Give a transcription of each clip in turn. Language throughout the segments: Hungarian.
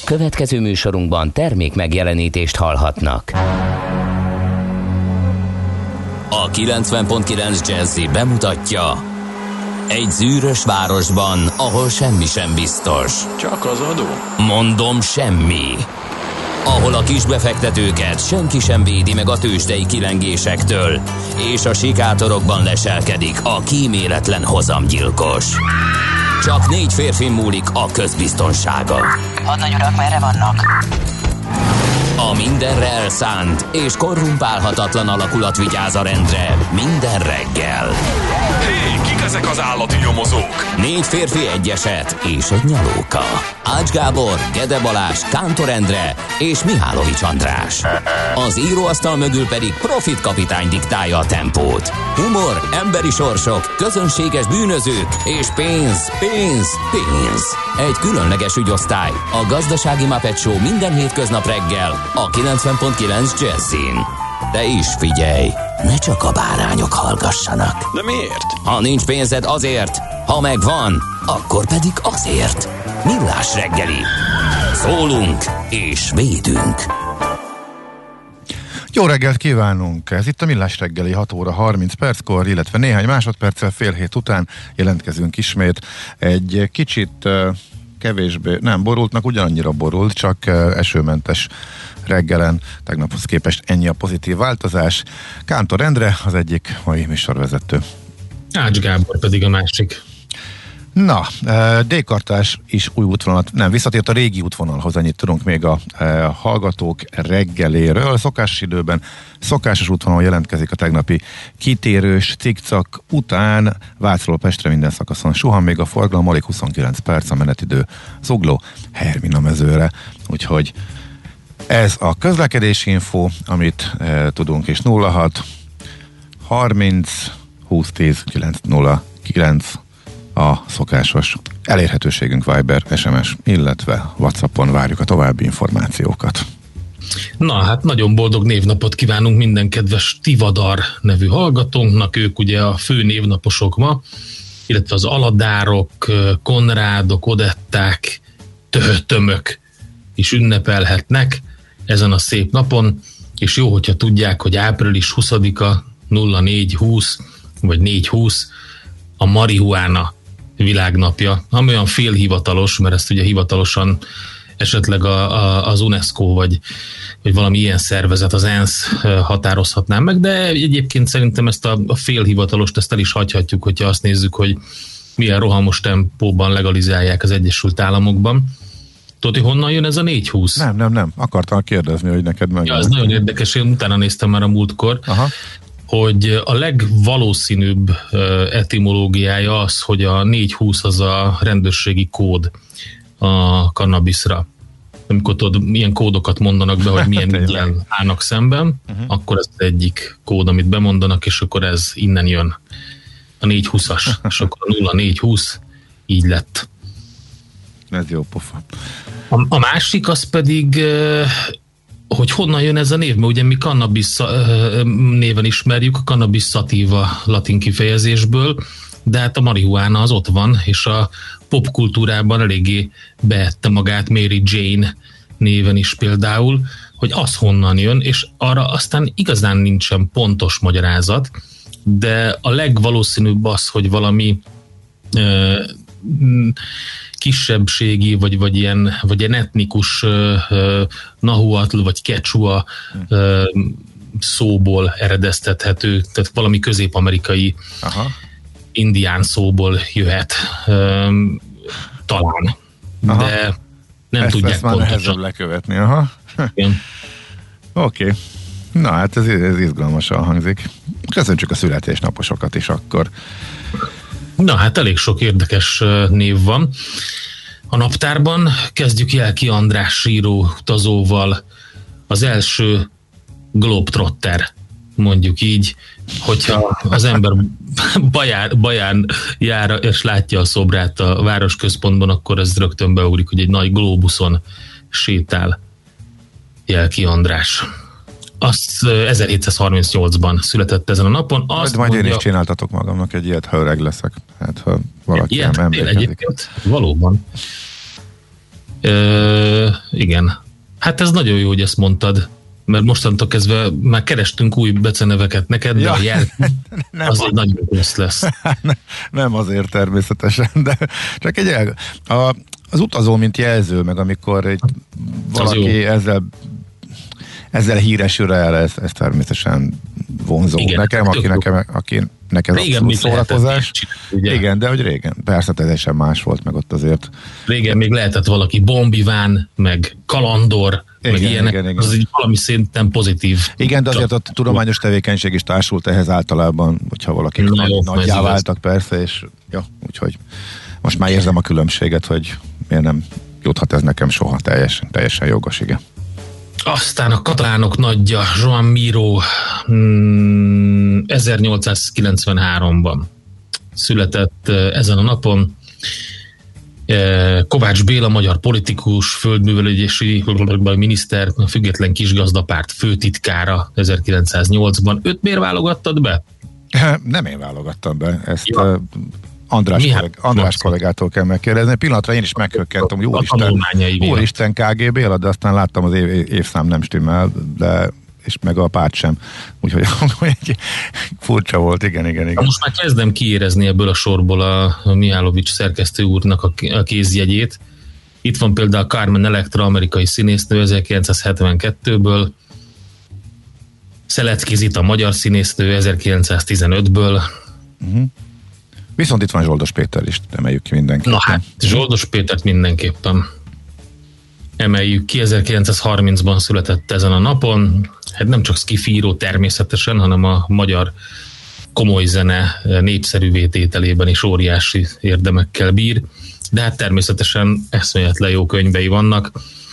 Következő műsorunkban termék megjelenítést hallhatnak. A 90.9 Jazzy bemutatja: egy zűrös városban, ahol semmi sem biztos. Csak az adó? Mondom, semmi. Ahol a kisbefektetőket senki sem védi meg a tőzsdei kilengésektől, és a sikátorokban leselkedik a kíméletlen hozamgyilkos. Csak 4 férfin múlik a közbiztonsága. Hadnagy urak, merre vannak? A mindenre elszánt és korrumpálhatatlan alakulat vigyáz a rendre minden reggel. Hé, kik ezek az állati nyomozók? 4 férfi, egy eset és egy nyalóka. Ács Gábor, Gede Balázs, Kántor Endre és Mihálovics András. Az íróasztal mögül pedig Profit kapitány diktálja a tempót. Humor, emberi sorsok, közönséges bűnözők és pénz, pénz, pénz. Egy különleges ügyosztály, a Gazdasági Muppet Show minden hétköznap reggel a 90.9 Jazzyn. De is figyelj, ne csak a bárányok hallgassanak. De miért? Ha nincs pénzed, azért, ha megvan, akkor pedig azért. Millás reggeli. Szólunk és védünk. Jó reggelt kívánunk! Ez itt a Millás reggeli 6 óra 30 perckor, illetve néhány másodperccel fél hét után jelentkezünk ismét. Egy kicsit kevésbé, nem borultnak, ugyanannyira borult, csak esőmentes reggelen, tegnaphoz képest ennyi a pozitív változás. Kántor Endre az egyik mai műsorvezető. Ács Gábor pedig a másik. Na, D-kartás is új útvonalat, nem, visszatért a régi útvonalhoz, ennyit tudunk még a hallgatók reggeléről. Szokásos időben, szokásos útvonalon jelentkezik a tegnapi kitérős cikcak után. Vácról Pestre minden szakaszon suhan még a forgalom, alig 29 perc a menetidő Zugló Hermina mezőre, úgyhogy ez a közlekedési info, amit tudunk, és 06 30 20 10 909 a szokásos elérhetőségünk, Viber, SMS, illetve WhatsAppon várjuk a további információkat. Na, hát nagyon boldog névnapot kívánunk minden kedves Tivadar nevű hallgatónknak, ők ugye a fő névnaposok ma, illetve az Aladárok, Konrádok, Odetták, Tömök is ünnepelhetnek ezen a szép napon, és jó, hogyha tudják, hogy április 20-a 0420 vagy 420 a marihuána világnapja, ami olyan félhivatalos, mert ezt ugye hivatalosan esetleg az UNESCO vagy valami ilyen szervezet, az ENSZ határozhatná meg, de egyébként szerintem ezt a félhivatalost ezt el is hagyhatjuk, hogyha azt nézzük, hogy milyen rohamos tempóban legalizálják az Egyesült Államokban. Tudod, hogy honnan jön ez a 420? Nem. Akartam kérdezni, hogy neked meg. Ja, ez nagyon érdekes, én utána néztem már a múltkor. Aha. Hogy a legvalószínűbb etimológiája az, hogy a 420 az a rendőrségi kód a kannabiszra. Amikor tudod, milyen kódokat mondanak be, hogy milyen ügyen állnak szemben, akkor ez az egyik kód, amit bemondanak, és akkor ez innen jön. A 420-as, és akkor a 0420 így lett. Ez jó pofa. A másik az pedig... hogy honnan jön ez a név, mert ugye mi cannabis néven ismerjük, a cannabis sativa latin kifejezésből, de hát a marihuána az ott van, és a popkultúrában eléggé beette magát Mary Jane néven is például, hogy az honnan jön, és arra aztán igazán nincsen pontos magyarázat, de a legvalószínűbb az, hogy valami kisebbségi, vagy ilyen etnikus nahuatl, vagy quechua szóból eredeztethető, tehát valami közép-amerikai indián szóból jöhet talán. De nem tudják ezt már pontosan. nehezebb lekövetni. Oké. Na hát ez izgalmasan hangzik. Köszönjük a születésnaposokat is akkor. Na hát elég sok érdekes név van a naptárban. Kezdjük Jelki András író utazóval, az első Globetrotter, mondjuk így, hogyha az ember baján jár és látja a szobrát a városközpontban, akkor ez rögtön beugrik, hogy egy nagy glóbuszon sétál Jelki András. Azt 1738-ban született ezen a napon. Azt majd én is csináltatok magamnak egy ilyet, ha öreg leszek. Hát, ha valaki nem emlékezik. Egyébként valóban. Igen. Hát ez nagyon jó, hogy ezt mondtad, mert mostantól kezdve már kerestünk új beceneveket neked, de a jel az egy nagyon rossz lesz. Nem azért természetesen, de csak az utazó, mint jelző, meg amikor valaki ezzel híresül el, ez természetesen vonzó. Igen, nekem, akinek ez abszolút szórakozás. Igen, de hogy régen, persze teljesen más volt, meg ott azért. Régen még lehetett valaki bombiván, meg kalandor, meg ilyenek, igen. Az így valami szinten pozitív. Igen, de azért ott tudományos tevékenység is társult ehhez általában, hogyha valaki nagyjá váltak, persze, és ja, úgyhogy most már érzem a különbséget, hogy miért nem juthat ez nekem soha, teljesen jogos, igen. Aztán a katalánok nagyja, Joan Miró 1893-ban született ezen a napon. Kovács Béla, magyar politikus, földművelési miniszter, a Független Kisgazdapárt főtitkára 1908-ban. Őt miért válogattad be? Nem én válogattam be, ezt András kollégától kell megkérdezni. Pillanatra én is meghökkentem, hogy úristen KGB, de aztán láttam az évszám nem stimmel, és meg a párt sem. Úgyhogy furcsa volt, igen. Most már kezdem kiérezni ebből a sorból a Mihálovics szerkesztő úrnak a kézjegyét. Itt van például Carmen Electra, amerikai színésznő 1972-ből, Szelecki Zita, magyar színésznő 1915-ből. Viszont itt van Zsoldos Péter is, emeljük ki mindenképpen. Na hát, Zsoldos Pétert mindenképpen emeljük ki, 1930-ban született ezen a napon. Hát nem csak szkifíró természetesen, hanem a magyar komoly zene népszerűvé tételében is óriási érdemekkel bír, de hát természetesen eszméletlen jó könyvei vannak,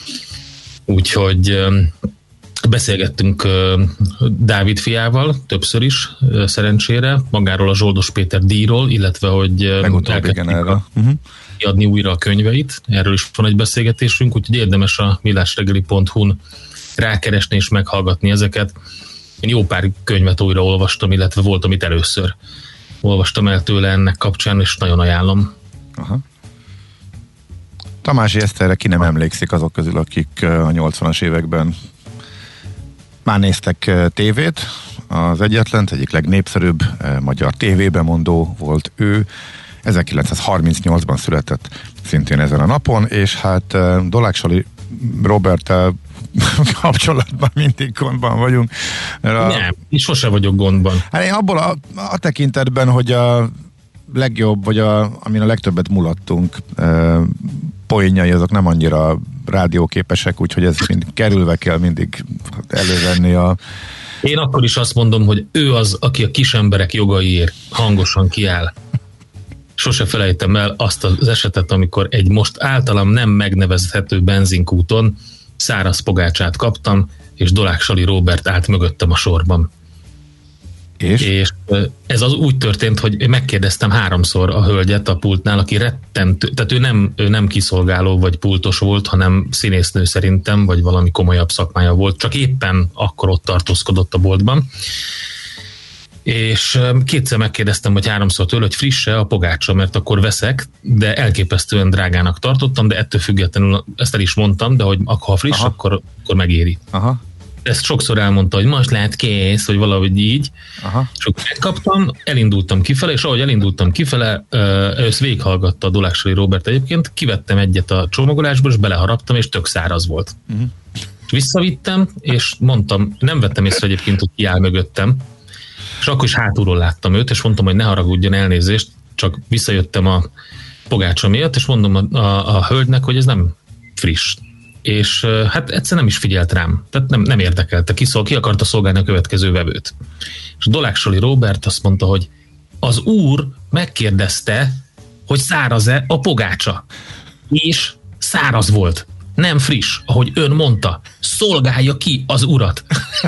úgyhogy beszélgettünk Dávid fiával többször is, szerencsére, magáról a Zsoldos Péter díjról, illetve hogy elkezdtük kiadni újra a könyveit. Erről is van egy beszélgetésünk, úgyhogy érdemes a millásreggeli.hu-n rákeresni és meghallgatni ezeket. Én jó pár könyvet újra olvastam, illetve volt, amit először olvastam el tőle ennek kapcsán, és nagyon ajánlom. Aha. Tamási Eszterre ki nem emlékszik azok közül, akik a 80-as években már néztek tévét, az egyik legnépszerűbb magyar tévébemondó volt ő. 1938-ban született szintén ezen a napon, és hát Doláksali Roberttel kapcsolatban mindig gondban vagyunk. Nem, én sose vagyok gondban. Hát én abból a tekintetben, hogy a legjobb, vagy amin a legtöbbet mulattunk, poénjai azok nem annyira rádióképesek, úgyhogy ez kerülve kell mindig elővenni Én akkor is azt mondom, hogy ő az, aki a kis emberek jogaiért hangosan kiáll. Sose felejtem el azt az esetet, amikor egy most általam nem megnevezhető benzinkúton száraz pogácsát kaptam, és Doláksali Róbert állt mögöttem a sorban. És ez az úgy történt, hogy én megkérdeztem 3-szor a hölgyet a pultnál, aki rettentő, tehát ő nem kiszolgáló vagy pultos volt, hanem színésznő szerintem, vagy valami komolyabb szakmája volt, csak éppen akkor ott tartózkodott a boltban. És 2-szer megkérdeztem, vagy 3-szor tőle, hogy frisse a pogácsa, mert akkor veszek, de elképesztően drágának tartottam, de ettől függetlenül ezt el is mondtam, de hogy ha friss, akkor megéri. Aha. Ezt sokszor elmondta, hogy most lehet kész, vagy valahogy így. Aha. És akkor megkaptam, elindultam kifele, és ahogy elindultam kifele, ősz végighallgatta a Doláksali Róbert egyébként, kivettem egyet a csomagolásból, és beleharaptam, és tök száraz volt. És visszavittem, és mondtam, nem vettem észre egyébként, hogy ki áll mögöttem, és akkor is hátulról láttam őt, és mondtam, hogy ne haragudjon, elnézést, csak visszajöttem a pogácsa miatt, és mondom a hölgynek, hogy ez nem friss. És hát egyszer nem is figyelt rám, tehát nem érdekelte, ki akarta szolgálni a következő vevőt. És Doláksali Róbert azt mondta, hogy az úr megkérdezte, hogy száraz-e a pogácsa. És száraz volt, nem friss, ahogy ön mondta. Szolgálja ki az urat.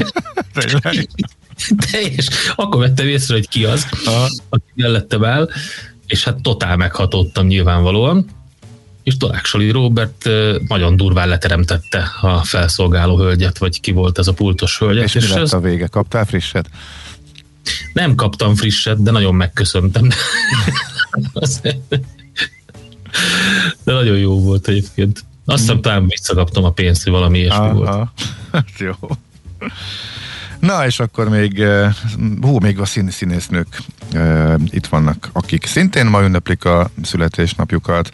És akkor vettem észre, hogy ki az, aki mellettem el, és hát totál meghatódtam nyilvánvalóan, és Doláksali Róbert nagyon durván leteremtette a felszolgáló hölgyet, vagy ki volt ez a pultos hölgyet. És mi lett a vége? Kaptál frisset? Nem kaptam frisset, de nagyon megköszöntem. De nagyon jó volt egyébként. Azt hiszem, talán visszakaptam a pénzt, hogy valami ilyesmi volt. Jó. Na, és akkor még még a színésznők itt vannak, akik szintén ma ünneplik a születésnapjukat.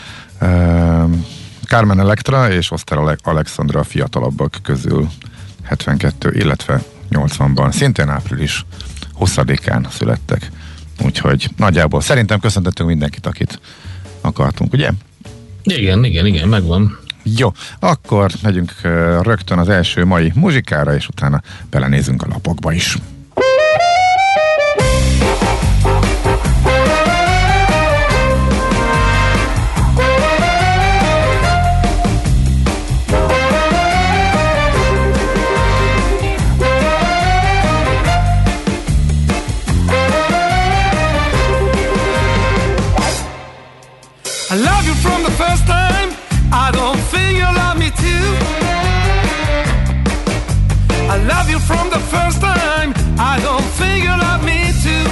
Carmen Electra és Oszter Alexandra a fiatalabbak közül 72, illetve 80-ban, szintén április 20-án születtek. Úgyhogy nagyjából szerintem köszöntettünk mindenkit, akit akartunk, ugye? Igen, megvan. Jó, akkor megyünk rögtön az első mai muzsikára, és utána belenézünk a lapokba is. I love you from the first time. I don't think you love me too. I love you from the first time. I don't think you love me too.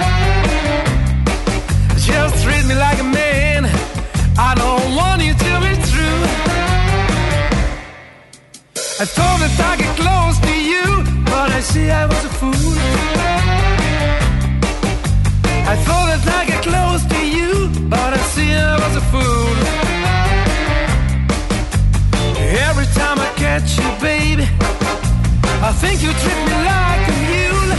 Just treat me like a man. I don't want you to be true. I thought that I get close to you, but I see I was a fool. I thought that I get close to you, but I see I was a fool. Every time I catch you, baby, I think you treat me like a mule.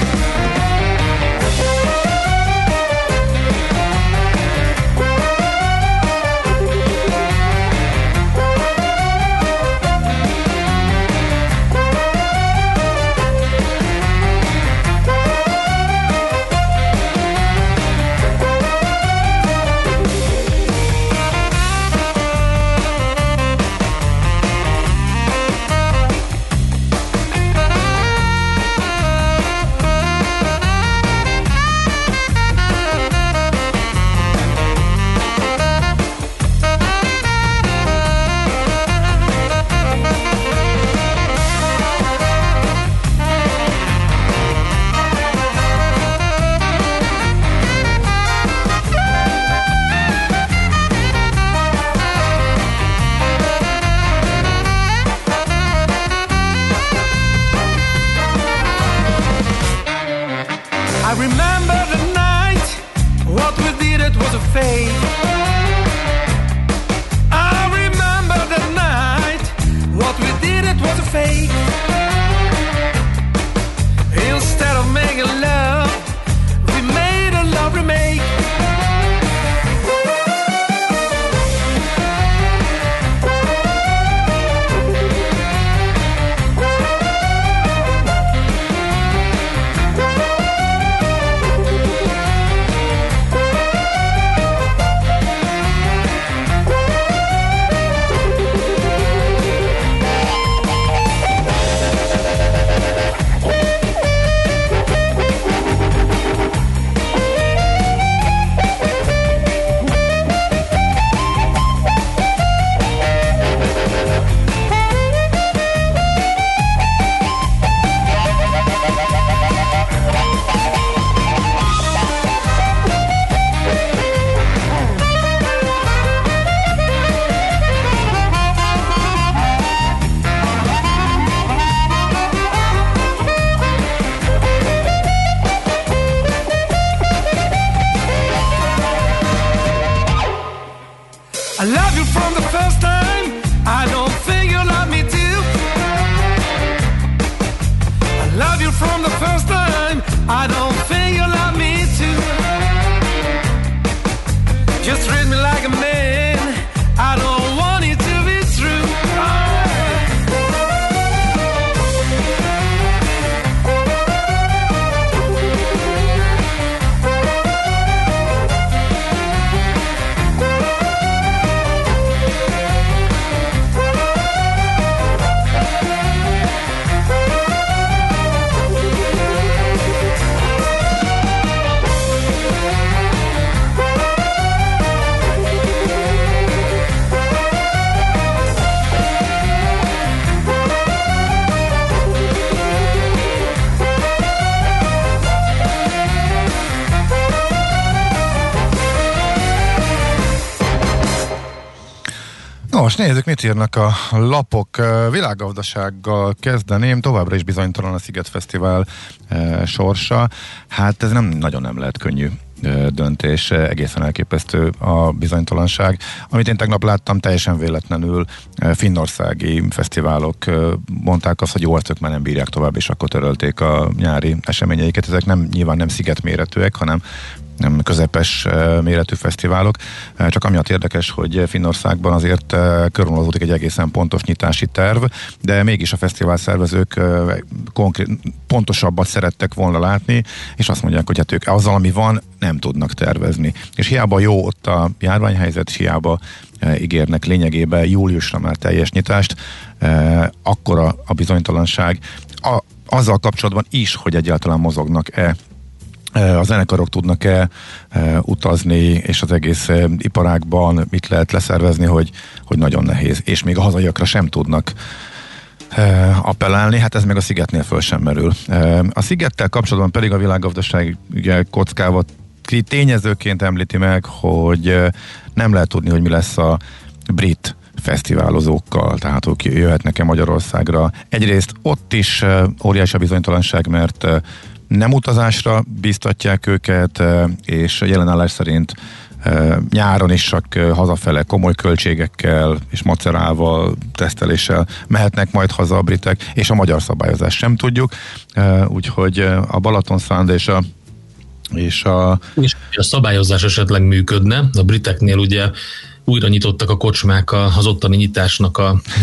most nézzük, mit írnak a lapok. Világgazdasággal kezdeném, továbbra is bizonytalan a Sziget Fesztivál sorsa. Hát ez nagyon lehet könnyű döntés, egészen elképesztő a bizonytalanság. Amit én tegnap láttam, teljesen véletlenül finnországi fesztiválok mondták azt, hogy jó, ők már nem bírják tovább, és akkor törölték a nyári eseményeiket. Ezek nyilván nem szigetméretűek, hanem nem közepes méretű fesztiválok. Csak amiatt érdekes, hogy Finnországban azért körvonalazódik egy egészen pontos nyitási terv, de mégis a fesztivál szervezők pontosabbat szerettek volna látni, és azt mondják, hogy hát ők azzal, ami van, nem tudnak tervezni. És hiába jó ott a járványhelyzet, hiába ígérnek lényegében júliusra már teljes nyitást, akkora a bizonytalanság azzal kapcsolatban is, hogy egyáltalán mozognak-e a zenekarok tudnak-e utazni, és az egész iparágban mit lehet leszervezni, hogy nagyon nehéz. És még a hazaiakra sem tudnak appellálni, hát ez meg a Szigetnél föl sem merül. A Szigettel kapcsolatban pedig a világgazdaság kockával tényezőként említi meg, hogy nem lehet tudni, hogy mi lesz a brit fesztiválozókkal, tehát ők jöhetnek-e Magyarországra. Egyrészt ott is óriási a bizonytalanság, mert nem utazásra biztatják őket, és jelenállás szerint nyáron is csak hazafele komoly költségekkel és macerával, teszteléssel mehetnek majd haza a britek, és a magyar szabályozást sem tudjuk, úgyhogy a Balaton Sound és a szabályozás esetleg működne. A briteknél ugye újra nyitottak a kocsmák az ottani nyitásnak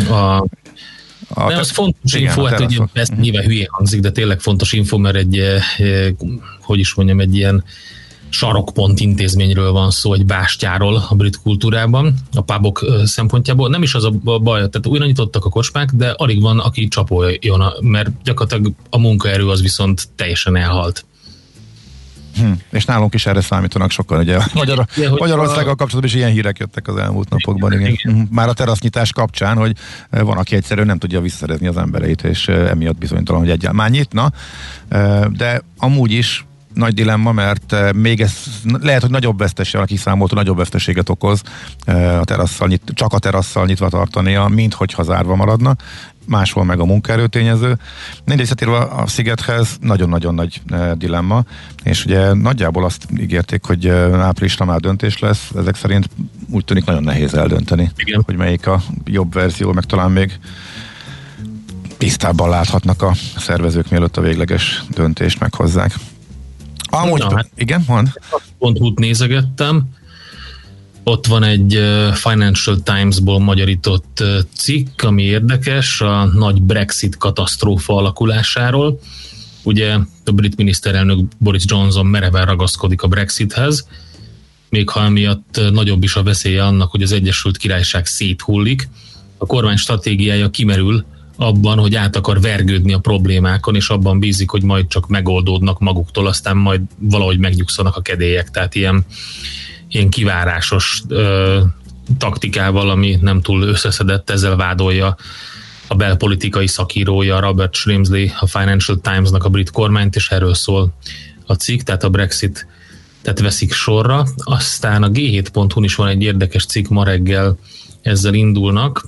de az fontos info, hát ugye ezt nyilván hülyén hangzik, de tényleg fontos info, mert egy ilyen sarokpont intézményről van szó, egy bástyáról a brit kultúrában, a pubok szempontjából. Nem is az a baj, tehát újra nyitottak a kocsmák, de alig van, aki csapoljon, mert gyakorlatilag a munkaerő az viszont teljesen elhalt. És nálunk is erre számítanak sokan, ugye Magyarországgal kapcsolatban is ilyen hírek jöttek az elmúlt napokban. Igen. Már a terasznyitás kapcsán, hogy van, aki egyszerűen nem tudja visszaszerezni az embereit, és emiatt bizonytalan, hogy egyáltalán már nyitna, de amúgy is nagy dilemma, mert még ez lehet, hogy nagyobb veszteség, aki számolta, nagyobb veszteséget okoz csak a terasszal nyitva tartania, mint hogyha zárva maradna, máshol meg a munkaerőtényező. Visszatérve a Szigethez, nagyon-nagyon nagy dilemma, és ugye nagyjából azt ígérték, hogy áprilisra már döntés lesz, ezek szerint úgy tűnik nagyon nehéz eldönteni, igen, hogy melyik a jobb verzió, meg talán még tisztábban láthatnak a szervezők, mielőtt a végleges döntést meghozzák. Amúgy, igen, mond. Pont nézegettem, ott van egy Financial Times-ból magyarított cikk, ami érdekes, a nagy Brexit katasztrófa alakulásáról. Ugye a brit miniszterelnök Boris Johnson mereven ragaszkodik a Brexithez, még ha emiatt nagyobb is a veszélye annak, hogy az Egyesült Királyság széthullik. A kormány stratégiája kimerül abban, hogy át akar vergődni a problémákon, és abban bízik, hogy majd csak megoldódnak maguktól, aztán majd valahogy megnyugszanak a kedélyek. Tehát ilyen kivárásos taktikával, ami nem túl összeszedett, ezzel vádolja a belpolitikai szakírója Robert Shrimsley, a Financial Times-nak a brit kormányt, és erről szól a cikk, tehát a Brexit tehát veszik sorra. Aztán a G7.hu-n is van egy érdekes cikk, ma reggel ezzel indulnak.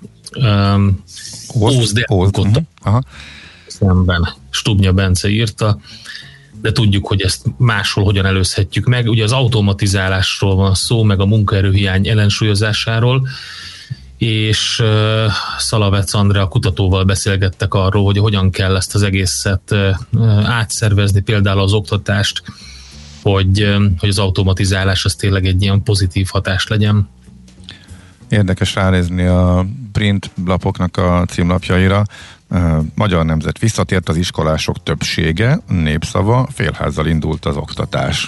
Szemben Stubnya Bence írta, de tudjuk, hogy ezt máshol hogyan előzhetjük meg. Ugye az automatizálásról van szó, meg a munkaerőhiány ellensúlyozásáról, és Szalavec Andrea kutatóval beszélgettek arról, hogy hogyan kell ezt az egészet átszervezni, például az oktatást, hogy az automatizálás az tényleg egy ilyen pozitív hatás legyen. Érdekes ránézni a print lapoknak a címlapjaira. Magyar Nemzet: visszatért az iskolások többsége, Népszava: félházzal indult az oktatás.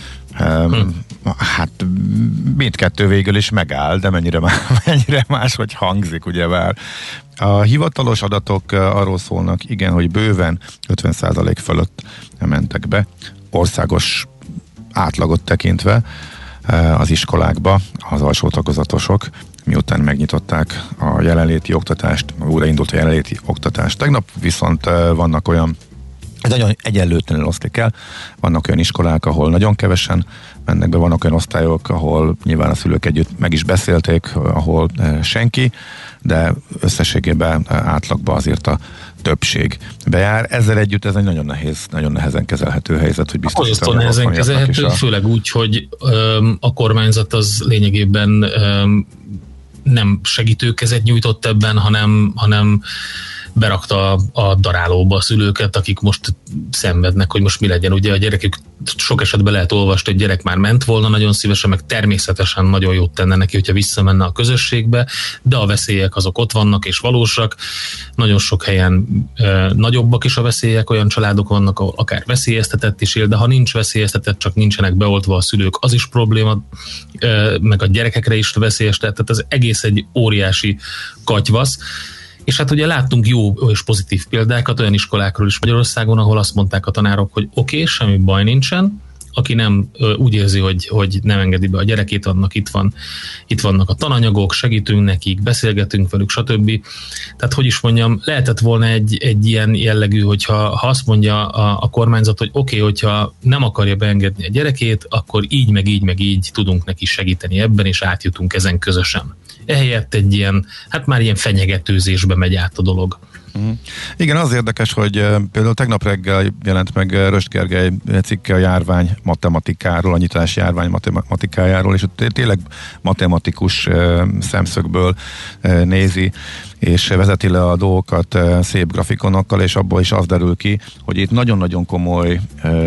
Hát mindkettő végül is megáll, de mennyire máshogy hangzik, ugyebár. A hivatalos adatok arról szólnak, igen, hogy bőven 50% fölött mentek be, országos átlagot tekintve az iskolákba az alsó tagozatosok, miután megnyitották a jelenléti oktatást, újraindult a jelenléti oktatás. Tegnap viszont vannak olyan, ez nagyon egyenlőtlenül oszlik el, vannak olyan iskolák, ahol nagyon kevesen mennek be. Vannak olyan osztályok, ahol nyilván a szülők együtt meg is beszélték, ahol senki, de összességében átlagban azért a többség bejár. Ezzel együtt ez egy nagyon nehezen kezelhető helyzet, hogy biztosítani. Nagyon nehezen kezelhető, főleg úgy, hogy a kormányzat az lényegében nem segítőkezet nyújtott ebben, hanem berakta a darálóba a szülőket, akik most szenvednek, hogy most mi legyen. Ugye a gyerekük, sok esetben lehet olvasni, hogy gyerek már ment volna nagyon szívesen, meg természetesen nagyon jót tenne neki, hogyha visszamenne a közösségbe, de a veszélyek azok ott vannak és valósak. Nagyon sok helyen nagyobbak is a veszélyek, olyan családok vannak, ahol akár veszélyeztetett is él, de ha nincs veszélyeztetett, csak nincsenek beoltva a szülők, az is probléma, meg a gyerekekre is veszélyeztetett, tehát az egész egy óriási katyvasz. És hát ugye láttunk jó és pozitív példákat olyan iskolákról is Magyarországon, ahol azt mondták a tanárok, hogy oké, semmi baj nincsen, aki nem úgy érzi, hogy nem engedi be a gyerekét, annak itt vannak a tananyagok, segítünk nekik, beszélgetünk velük, stb. Tehát, hogy is mondjam, lehetett volna egy ilyen jellegű, hogyha azt mondja a kormányzat, hogy oké, hogyha nem akarja beengedni a gyerekét, akkor így, meg így tudunk neki segíteni ebben, és átjutunk ezen közösen. Ehelyett egy ilyen, hát már ilyen fenyegetőzésbe megy át a dolog. Igen, az érdekes, hogy például tegnap reggel jelent meg Röst Gergely cikke a járvány matematikáról, a nyitás járvány matematikájáról, és tényleg matematikus szemszögből nézi, és vezeti le a dolgokat szép grafikonokkal, és abból is az derül ki, hogy itt nagyon-nagyon komoly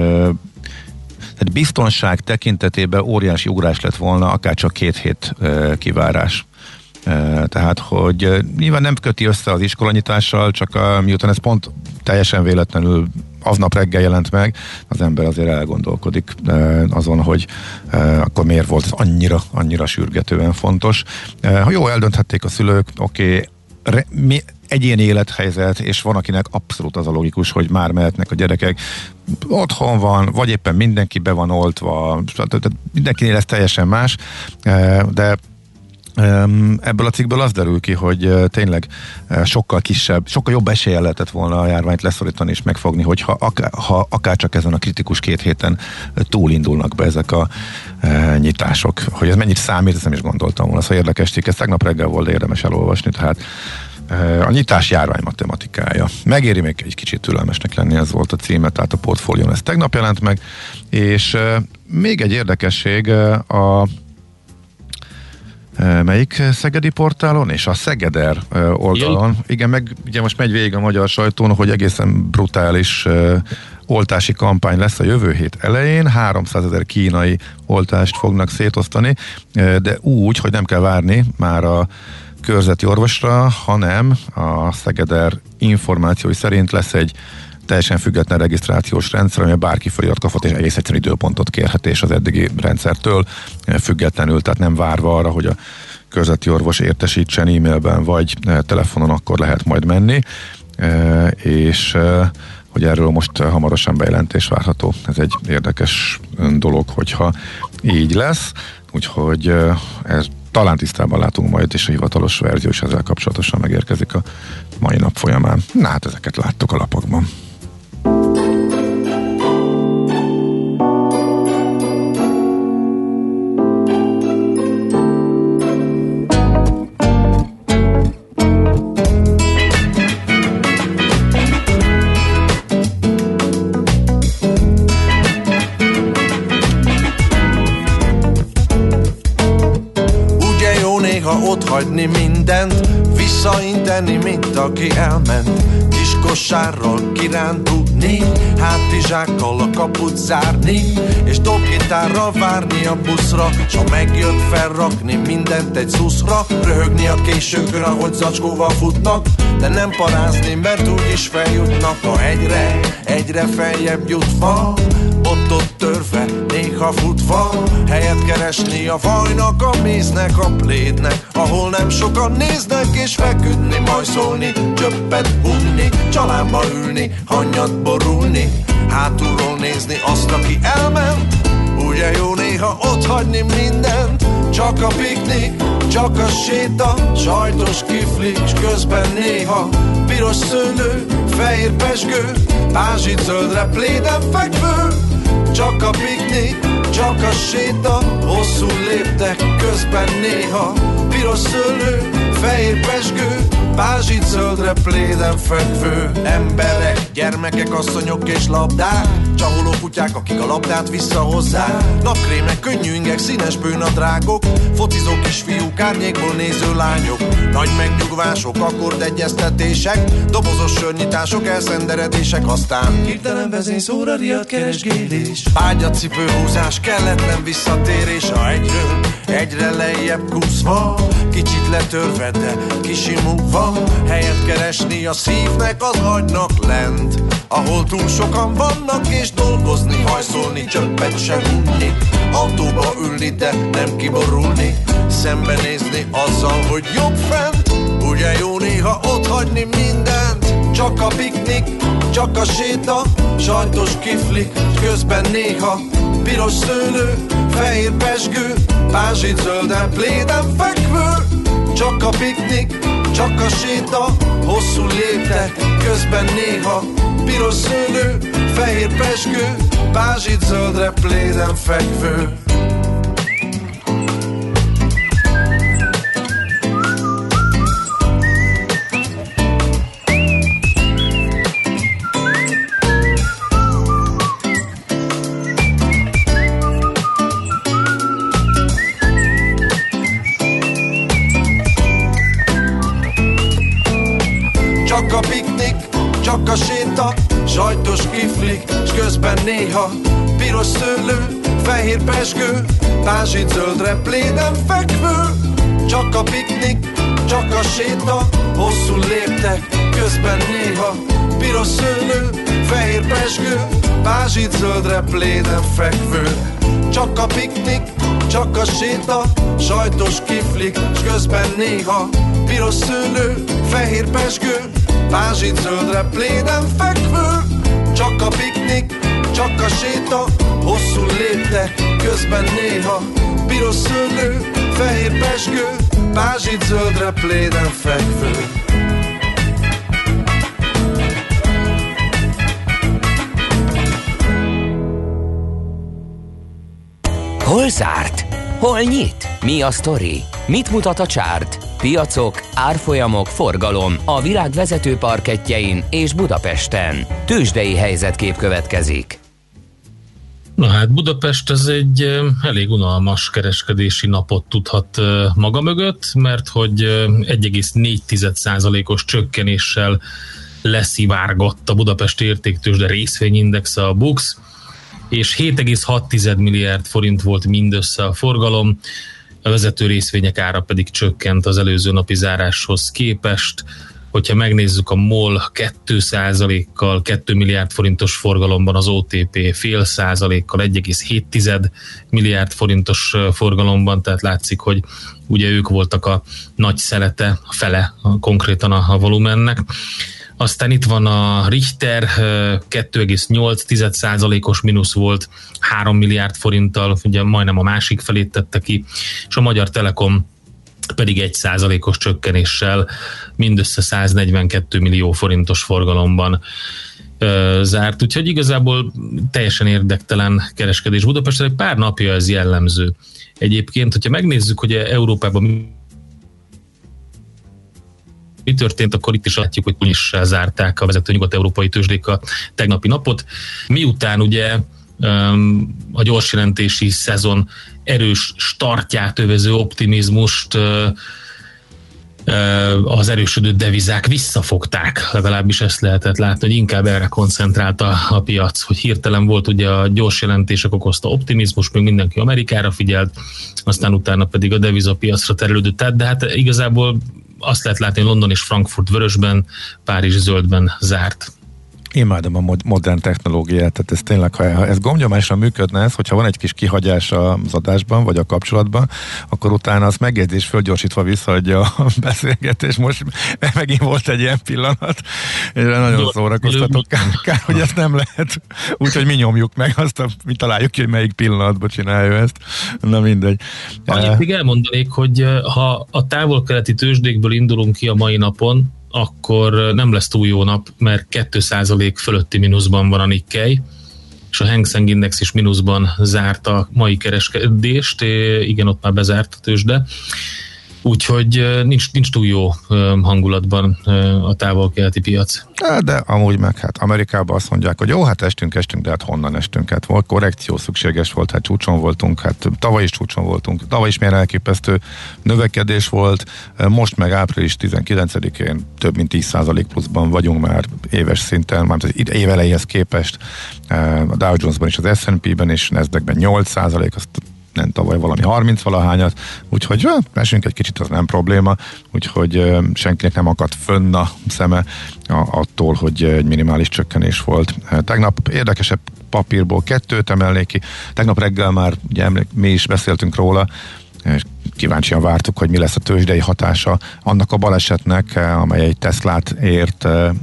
tehát biztonság tekintetében óriási ugrás lett volna, akár csak 2 hét kivárás. Tehát, hogy nyilván nem köti össze az iskolanyitással, csak miután ez pont teljesen véletlenül aznap reggel jelent meg, az ember azért elgondolkodik azon, hogy akkor miért volt ez annyira sürgetően fontos. Ha jó, eldönthették a szülők, oké, egyéni élethelyzet, és van, akinek abszolút az a logikus, hogy már mehetnek a gyerekek, otthon van, vagy éppen mindenki be van oltva, tehát mindenkinél ez teljesen más, de ebből a cikkből az derül ki, hogy tényleg sokkal jobb eséllyel lehetett volna a járványt leszorítani és megfogni, hogyha akár csak ezen a kritikus 2 héten túlindulnak be ezek a nyitások. Hogy ez mennyit számít, ezt nem is gondoltam volna. Szóval érdekes cikk, ez tegnap reggel volt, de érdemes elolvasni, tehát a nyitás járvány matematikája. Megéri még egy kicsit türelmesnek lenni, ez volt a címe, tehát a portfólión ez tegnap jelent meg, és még egy érdekesség melyik szegedi portálon? És a Szegeder oldalon. Igen, meg ugye most megy végig a magyar sajtón, hogy egészen brutális oltási kampány lesz a jövő hét elején. 300 000 kínai oltást fognak szétosztani, de úgy, hogy nem kell várni már a körzeti orvosra, hanem a Szegeder információi szerint lesz egy teljesen független regisztrációs rendszer, ami bárki feliratkozhat és egész egyszerűen időpontot kérhet, és az eddigi rendszertől függetlenül, tehát nem várva arra, hogy a körzeti orvos értesítsen e-mailben vagy telefonon, akkor lehet majd menni, és hogy erről most hamarosan bejelentés várható. Ez egy érdekes dolog, hogyha így lesz, úgyhogy ez talán tisztában látunk majd, és a hivatalos verzió is ezzel kapcsolatosan megérkezik a mai nap folyamán. Na hát ezeket láttuk a lapokban. Hagyni mindent, visszainteni, mint aki elment. Kis kosárral kirándulni, hátizsákkal a kaput zárni, és dobgitárral várni a buszra, s ha megjött felrakni mindent egy szuszra, röhögni a későkön, ahogy zacskóval futnak, de nem parázni, mert úgyis feljutnak a hegyre, egyre feljebb jutva, ott törve, néha futva, helyet keresni a vajnak, a méznek, a plédnek, ahol nem sokan néznek, és feküdni, majszolni, csöppet hunni, családba ülni, hannyat borulni, hátulról nézni azt, aki elment. Ugye jó néha otthagyni mindent, csak a piknik, csak a séta, sajtos kifli, s közben néha piros szőlő, fehér pezsgő, pázsit zöldre pléden fekvő. Csak a piknik, csak a séta, hosszú léptek közben néha. Piros szőlő, fehér pezsgő, pázsit zöldre pléden fekvő. Emberek, gyermekek, asszonyok és labdák, csaholó kutyák, akik a labdát visszahozzák. Napkrémek, könnyű ingek, színes bőnadrágok, focizó kisfiúk, árnyékból néző lányok. Nagy megnyugvások, akkordegyeztetések, dobozos sörnyitások, elszenderedések. Aztán hirtelen vezényszóra riadt keresgélés, ágyacipőhúzás, kelletlen visszatérés. A egyről egyre lejjebb kúszva, kicsit letörve, de kisimulva, helyet keresni a szívnek az agynak lent, ahol túl sokan vannak és dolgozni, hajszolni, csöppet sem unni, autóba ülni, de nem kiborulni, szembenézni azzal, hogy jobb fent. Ugye jó néha otthagyni mindent, csak a piknik, csak a séta, sajtos kiflik, közben néha piros szőlő, fehér pezsgő, pázsit zölden pléden fekvő. Csak a piknik, csak a séta, hosszú léptek, közben néha piros szőlő, fehér pezsgő, pázsit zöldre pléden fekvő. Csak a séta, sajtos kiflik, s közben néha piros szőlő, fehér pezsgő, pázsit zöldre pléden fekvő. Csak a piknik, csak a séta, hosszú léptek, közben néha piros szőlő, fehér pezsgő, pázsit zöldre pléden fekvő. Csak a piknik, csak a séta, sajtos kiflik, s közben néha piros szőlő, fehér pezsgő, pázsit zöldre pléden fekvő. Csak a piknik, csak a séta, hosszú léptek, közben néha piros szőlő, fehér pezsgő, pázsit zöldre pléden fekvő. Hol zárt? Hol nyit? Mi a sztori? Mit mutat a csárt? Piacok, árfolyamok, forgalom a világ vezető parkettjein és Budapesten. Tőzsdei helyzetkép következik. Na hát Budapest ez egy elég unalmas kereskedési napot tudhat maga mögött, mert hogy 1,4%-os csökkenéssel leszivárgott a Budapesti Értéktőzsde részvényindexe, a BUX, és 7,6 milliárd forint volt mindössze a forgalom, a vezető részvények ára pedig csökkent az előző napi záráshoz képest. Hogyha megnézzük a MOL 2%-kal, 2 milliárd forintos forgalomban, az OTP fél százalékkal, 1,7 milliárd forintos forgalomban, tehát látszik, hogy ugye ők voltak a nagy szelete, a fele konkrétan a volumennek. Aztán itt van a Richter, 2,8%-os mínusz volt, 3 milliárd forinttal, ugye majdnem a másik felét tette ki, és a Magyar Telekom pedig 1%-os csökkenéssel mindössze 142 millió forintos forgalomban zárt. Úgyhogy igazából teljesen érdektelen kereskedés Budapesten, egy pár napja ez jellemző. Egyébként, hogyha megnézzük, hogy Európában mi történt, akkor itt is látjuk, hogy is zárták a vezető nyugat-európai tőzsdék a tegnapi napot. Miután ugye a gyorsjelentési szezon erős startját övező optimizmust az erősödő devizák visszafogták, legalábbis ezt lehetett látni, hogy inkább erre koncentrált a piac, hogy hirtelen volt ugye a gyors jelentések okozta optimizmus, még mindenki Amerikára figyelt, aztán utána pedig a devizapiacra terelődött, de hát igazából azt lehet látni, hogy London és Frankfurt vörösben, Párizs zöldben zárt. Imádom a modern technológiát, tehát ez tényleg, ha ez gombnyomásra működne, hogyha van egy kis kihagyás az adásban, vagy a kapcsolatban, akkor utána az megjegyzés fölgyorsítva visszaadja a beszélgetés. Most megint volt egy ilyen pillanat, és nagyon szórakoztatok. Kár, hogy ezt nem lehet. Úgyhogy mi nyomjuk meg, mi találjuk ki, hogy melyik pillanatban csinálja ezt. Na mindegy. Annyit még elmondanék, hogy ha a távol-keleti tőzsdékből indulunk ki a mai napon, akkor nem lesz túl jó nap, mert 2% fölötti mínuszban van a Nikkei, és a Hang Seng Index is mínuszban zárt a mai kereskedést, igen, ott már bezárt a tőzsde, úgyhogy nincs túl jó hangulatban a távol-keleti piac. De amúgy meg hát Amerikában azt mondják, hogy jó, hát estünk, de hát honnan estünk? Hát volt korrekció szükséges volt, hát csúcson voltunk, hát tavaly is csúcson voltunk, tavaly is milyen elképesztő növekedés volt, most meg április 19-én több mint 10% pluszban vagyunk már éves szinten, már az év elejéhez képest, a Dow Jonesban és az S&P-ben és Nasdaqben 8%, azt nem tavaly valami 30-valahányat, úgyhogy esünk egy kicsit, az nem probléma, úgyhogy senkinek nem akadt fönn a szeme attól, hogy egy minimális csökkenés volt. Tegnap érdekesebb papírból 2-t emelnék ki, tegnap reggel már ugye, mi is beszéltünk róla, és kíváncsian vártuk, hogy mi lesz a tőzsdei hatása annak a balesetnek, amely egy Teslát ért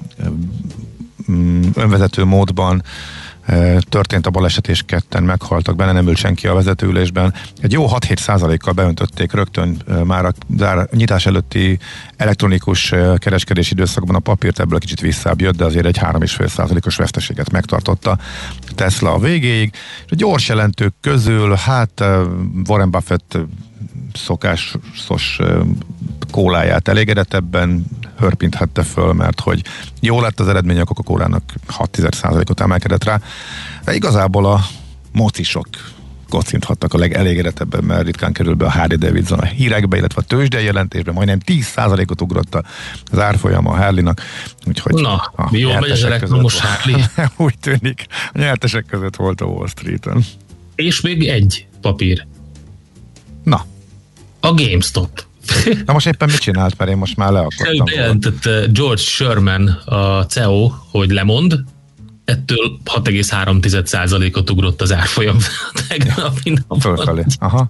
önvezető módban történt a baleset, és ketten meghaltak benne, nem ült senki a vezetőülésben. Egy jó 6-7%-kal beöntötték rögtön már a nyitás előtti elektronikus kereskedési időszakban a papírt, ebből kicsit visszább jött, de azért egy 3,5%-os veszteséget megtartotta Tesla a végéig. És a gyors jelentők közül, hát Warren Buffett szokásos kóláját elégedettebben hörpinthette föl, mert hogy jó lett az eredmény, a Coca-Colának 6,1%-ot emelkedett rá, de igazából a mocisok kocinthattak a legelégedettebben, mert ritkán kerül be a Harley Davidson a hírekbe, illetve a tőzsdei jelentésben majdnem 10%-ot ugrott az árfolyama a Harley-nak, úgyhogy na, jól megy az elektromos Harley. Úgy tűnik, a nyertesek között volt a Wall Street-en. És még egy papír. Na. A GameStop. Na most éppen mit csinált, mert én most már leakadtam. Bejelentette George Sherman, a CEO, hogy lemond, ettől 6,3%-ot ugrott az árfolyam tegnapi napon. Fölfelé. Aha.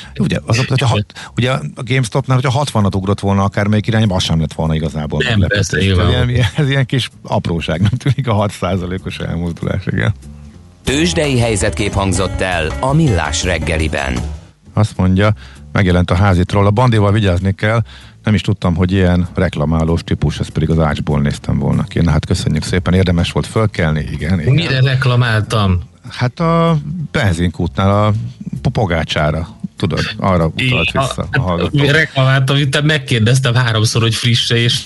Ugye a GameStopnál, hogyha 60-at ugrott volna akármelyik irányba, az sem lett volna igazából. Nem, persze, ez ilyen kis apróság, nem tűnik a 6%-os elmozdulás, igen. Tőzsdei helyzetkép hangzott el a Millás reggeliben. Azt mondja, megjelent a házitról, a Bandival vigyázni kell, nem is tudtam, hogy ilyen reklamálós típus, ezt pedig az ácsból néztem volna ki. Na hát köszönjük szépen, érdemes volt fölkelni, igen. Mire reklamáltam? Hát a benzinkútnál, a Pogácsára, tudod, arra utalt vissza a hallgató. Reklamáltam, itt megkérdeztem 3-szor, hogy frisse, és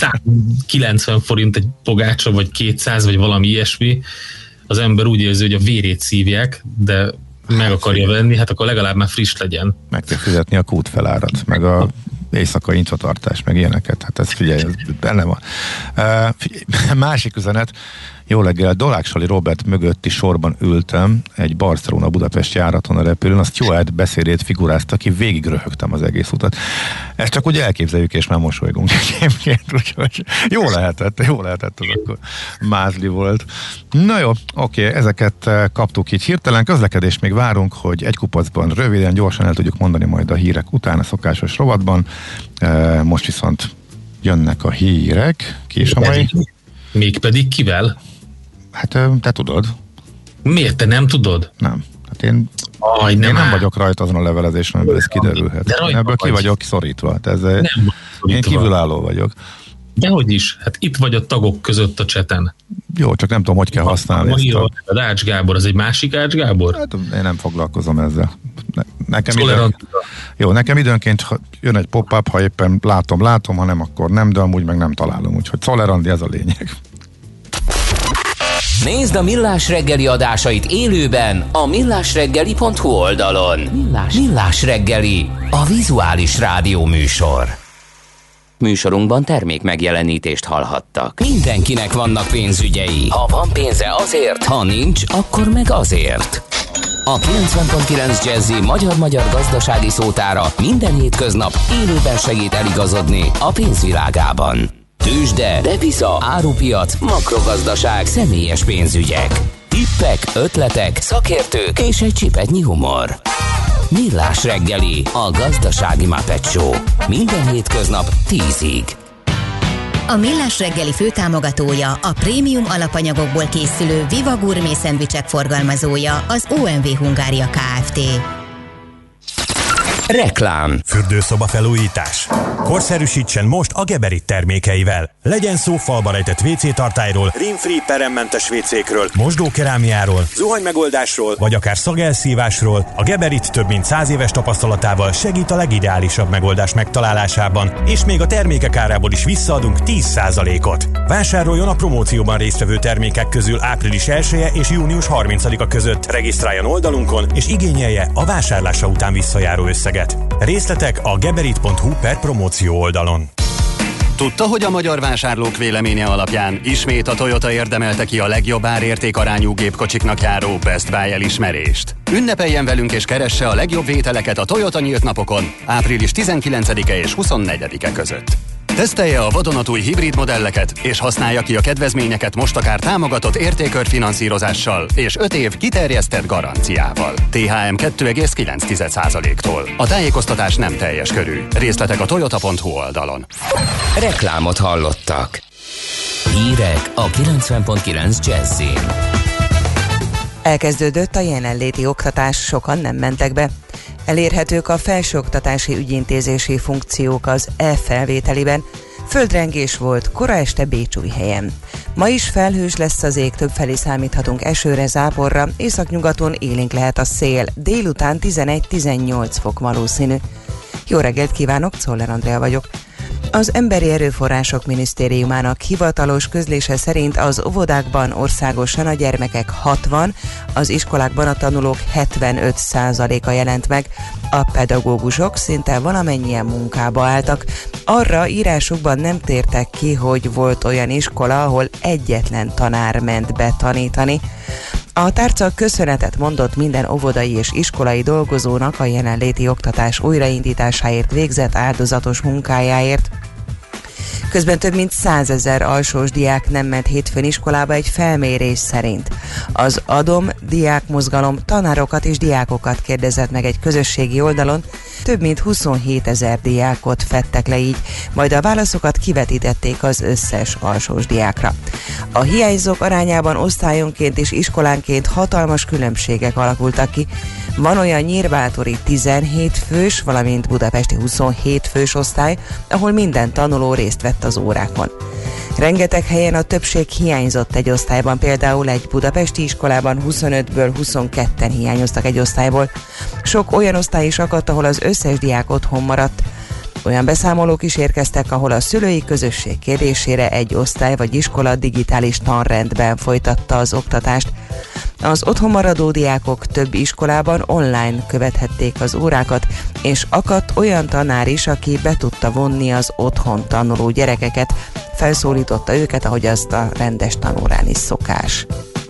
190 forint egy pogácsa, vagy 200, vagy valami ilyesmi. Az ember úgy érzi, hogy a vérét szívják, de meg akarja venni, hát akkor legalább már friss legyen. Meg kell fizetni a kútfelárat, meg a éjszakai nyitvatartás, meg ilyeneket. Hát ez figyelj, ez benne van. Másik üzenet, jó reggel, Doláksali Robert mögötti sorban ültem egy Barcelona-Budapest járaton a repülőn, a steward beszédét figurázta ki, végig röhögtem az egész utat. Ezt csak úgy elképzeljük, és már mosolygunk egyébként, úgyhogy jó lehetett az akkor mázli volt. Na jó, oké, ezeket kaptuk így hirtelen, közlekedést még várunk, hogy egy kupacban röviden, gyorsan el tudjuk mondani majd a hírek után a szokásos rovatban. Most viszont jönnek a hírek. Ki is a mai? Mégpedig kivel? Hát te tudod. Miért te nem tudod? Nem. Hát én nem vagyok rajta azon a levelezésen, amiből ez kiderülhet. Ebből ki vagyok szorítva. Én kívülálló vagyok. Dehogy is. Hát itt vagy a tagok között a cseten. Jó, csak nem tudom, hogy kell használni ezt a Ács Gábor, az egy másik Ács Gábor? Hát én nem foglalkozom ezzel. Nekem időnként jön egy pop-up, ha éppen látom, ha nem, akkor nem, de amúgy meg nem találom. Úgyhogy Czolerandi, ez a lényeg. Nézd a Millás reggeli adásait élőben a millásreggeli.hu oldalon. Millás reggeli, a vizuális rádió műsor. Műsorunkban termék megjelenítést hallhattak. Mindenkinek vannak pénzügyei. Ha van pénze, azért, ha nincs, akkor meg azért. A 90.9 Jazzy magyar-magyar gazdasági szótára minden hétköznap élőben segít eligazodni a pénzvilágában. Tőzsde, depisza, árupiac, makrogazdaság, személyes pénzügyek. Tippek, ötletek, szakértők és egy csipetnyi humor. Millás reggeli, a gazdasági Muppet Show. Minden hétköznap 10-ig. A Millás reggeli főtámogatója, a prémium alapanyagokból készülő Viva Gourmet szendvicsek forgalmazója, az OMV Hungária Kft. Reklám. Fürdőszoba felújítás, Korszerűsítsen most a Geberit termékeivel. Legyen szó falba rejtett WC tartályról, rim-free peremmentes WC-kről, mosdókerámiáról, zuhanymegoldásról, vagy akár szagelszívásról, a Geberit több mint 100 éves tapasztalatával segít a legideálisabb megoldás megtalálásában, és még a termékek árából is visszaadunk 10%-ot. Vásároljon a promócióban résztvevő termékek közül április 1-e és június 30-a között, regisztráljon oldalunkon, és igényelje a vásárlása után visszajáró összeget. Részletek a geberit.hu/promóció oldalon. Tudta, hogy a magyar vásárlók véleménye alapján ismét a Toyota érdemelte ki a legjobb árértékarányú gépkocsiknak járó Best Buy elismerést? Ünnepeljen velünk és keresse a legjobb vételeket a Toyota nyílt napokon, április 19-e és 24-e között. Tesztelje a vadonatúj hibrid modelleket, és használja ki a kedvezményeket most akár támogatott értékkörfinanszírozással és 5 év kiterjesztett garanciával. THM 2,9%-tól. A tájékoztatás nem teljes körű. Részletek a toyota.hu oldalon. Reklámot hallottak. Hírek a 90.9 Jazzin. Elkezdődött a jelenléti oktatás, sokan nem mentek be. Elérhetők a felsőoktatási ügyintézési funkciók az e-felvételiben. Földrengés volt kora este Bécsújhelyen. Ma is felhős lesz az ég, többfelé számíthatunk esőre, záporra, északnyugaton élénk lehet a szél, délután 11-18 fok valószínű. Jó reggelt kívánok, Czoller Andrea vagyok. Az Emberi Erőforrások Minisztériumának hivatalos közlése szerint az óvodákban országosan a gyermekek 60, az iskolákban a tanulók 75%-a jelent meg. A pedagógusok szinte valamennyien munkába álltak. Arra írásukban nem tértek ki, hogy volt olyan iskola, ahol egyetlen tanár ment be tanítani. A tárca köszönetet mondott minden óvodai és iskolai dolgozónak a jelenléti oktatás újraindításáért végzett áldozatos munkájáért. Közben több mint 100 000 alsós diák nem ment hétfőn iskolába egy felmérés szerint. Az ADOM diákmozgalom tanárokat és diákokat kérdezett meg egy közösségi oldalon, több mint 27 000 diákot fedtek le így, majd a válaszokat kivetítették az összes alsós diákra. A hiányzók arányában osztályonként és iskolánként hatalmas különbségek alakultak ki. Van olyan nyírbátori 17 fős, valamint budapesti 27 fős osztály, ahol minden tanuló részt vett az órákon. Rengeteg helyen a többség hiányzott egy osztályban, például egy budapesti iskolában 25-ből 22-en hiányoztak egy osztályból. Sok olyan osztály is akadt, ahol az összes diák otthon maradt. Olyan beszámolók is érkeztek, ahol a szülői közösség kérésére egy osztály vagy iskola digitális tanrendben folytatta az oktatást. Az otthon maradó diákok több iskolában online követhették az órákat, és akadt olyan tanár is, aki be tudta vonni az otthon tanuló gyerekeket, felszólította őket, ahogy azt a rendes tanórán is szokás.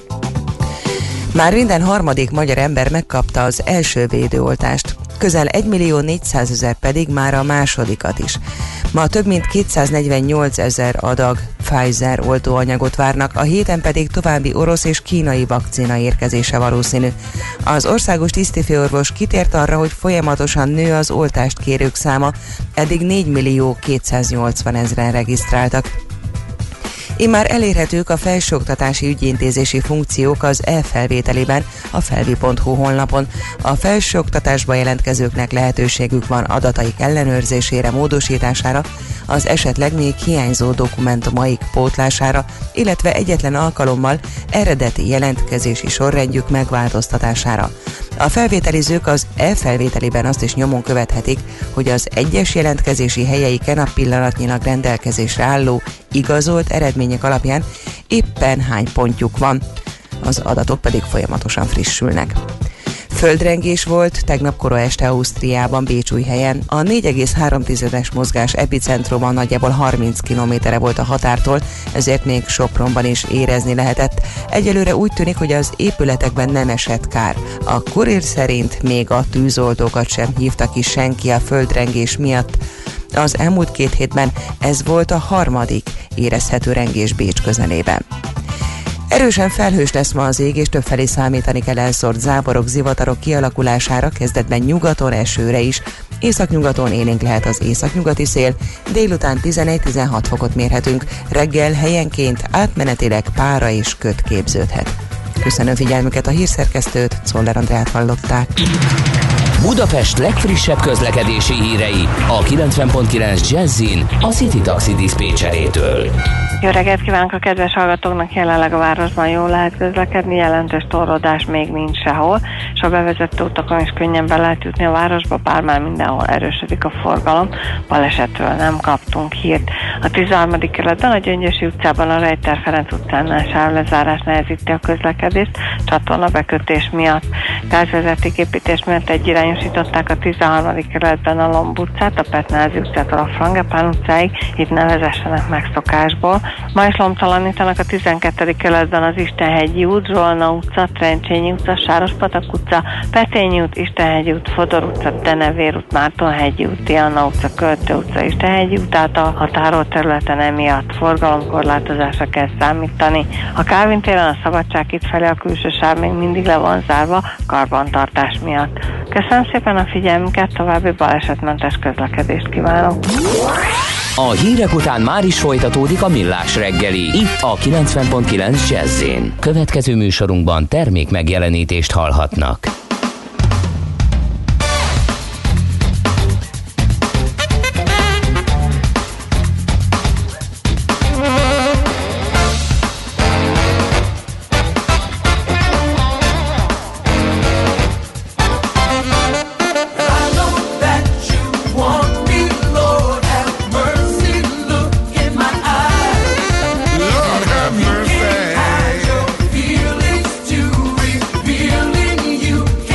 Már minden harmadik magyar ember megkapta az első védőoltást, közel 1.400.000 pedig már a másodikat is. Ma több mint 248.000 adag Pfizer oltóanyagot várnak, a héten pedig további orosz és kínai vakcina érkezése valószínű. Az országos tisztifőorvos kitért arra, hogy folyamatosan nő az oltást kérők száma, eddig 4.280.000-en regisztráltak. Immár elérhetők a felsőoktatási ügyintézési funkciók az e-felvételében, a felvi.hu honlapon. A felsőoktatásba jelentkezőknek lehetőségük van adataik ellenőrzésére, módosítására, az esetleg még hiányzó dokumentumaik pótlására, illetve egyetlen alkalommal eredeti jelentkezési sorrendjük megváltoztatására. A felvételizők az e-felvételiben azt is nyomon követhetik, hogy az egyes jelentkezési helyeiken a pillanatnyilag rendelkezésre álló igazolt eredmények alapján éppen hány pontjuk van. Az adatok pedig folyamatosan frissülnek. Földrengés volt tegnap kora este Ausztriában, Bécsújhelyen. A 4,3-es mozgás epicentruma nagyjából 30 kilométerre volt a határtól, ezért még Sopronban is érezni lehetett. Egyelőre úgy tűnik, hogy az épületekben nem esett kár. A Kurír szerint még a tűzoltókat sem hívta ki senki a földrengés miatt. Az elmúlt 2 hétben ez volt a harmadik érezhető rengés Bécs közelében. Erősen felhős lesz ma az ég, és többfelé számítani kell elszórt záporok, zivatarok kialakulására, kezdetben nyugaton esőre is. Északnyugaton élénk lehet az északnyugati szél, délután 11-16 fokot mérhetünk, reggel helyenként átmenetileg pára és köd képződhet. Köszönöm figyelmüket, a hírszerkesztőt, Czoller Andreát hallották. Budapest legfrissebb közlekedési hírei a 90.9 Jazzin a City Taxi diszpécserétől. Jó reggelt kívánok a kedves hallgatóknak! Jelenleg a városban jól lehet közlekedni, jelentős torlódás még nincs sehol, és a bevezető utakon is könnyen be lehet jutni a városba, bár már mindenhol erősödik a forgalom, balesetről nem kaptunk hírt. A 13. kerületben, a Gyöngyösi utcában, a Rejter Ferenc utcánál sávlezárás nehezíti a közlekedést, csatorna bekötés miatt. Gázvezetéképítés miatt egyirányosították a 13. kerületben a Lomb utcát, a Petnázy utcától a Frangepán utcáig, itt ne vezessenek megszokásból. Ma is lomtalanítanak a 12. kerületben az Istenhegyi út, Zsolna utca, Trencsényi utca, Sárospatak utca, Petényi út, Istenhegyi út, Fodor utca, Denevér út, Mártonhegyi út, Tianna utca, Költő utca, Istenhegyi út, át a határolt területen emiatt forgalomkorlátozásra kell számítani. A Kálvin téren a Szabadsághíd felé a külső sáv még mindig le van zárva karbantartás miatt. Köszönöm szépen a figyelmüket, további balesetmentes közlekedést kívánok! A hírek után már is folytatódik a Millás reggeli, itt a 90.9 Jazz-én. Következő műsorunkban termék megjelenítést hallhatnak. You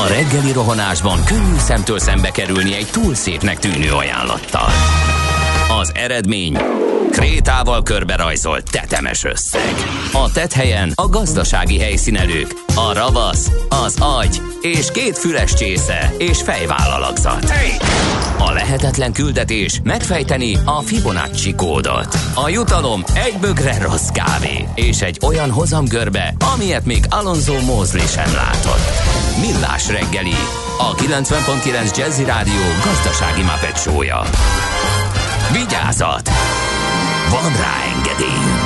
A reggeli rohanásban könnyű szemtől szembe kerülni egy túl szépnek tűnő ajánlattal. Az eredmény krétával körberajzolt tetemes összeg. A tetthelyen a gazdasági helyszínelők, a ravasz, az agy és 2 füles csésze és fejvállalakzat. A lehetetlen küldetés megfejteni a Fibonacci kódot. A jutalom egy bögre rossz kávé és egy olyan hozamgörbe, amilyet még Alonso Mosley sem látott. Millás reggeli, a 90.9 Jazzy Rádió gazdasági Muppet show-ja. Vigyázat! Van rá engedélyünk!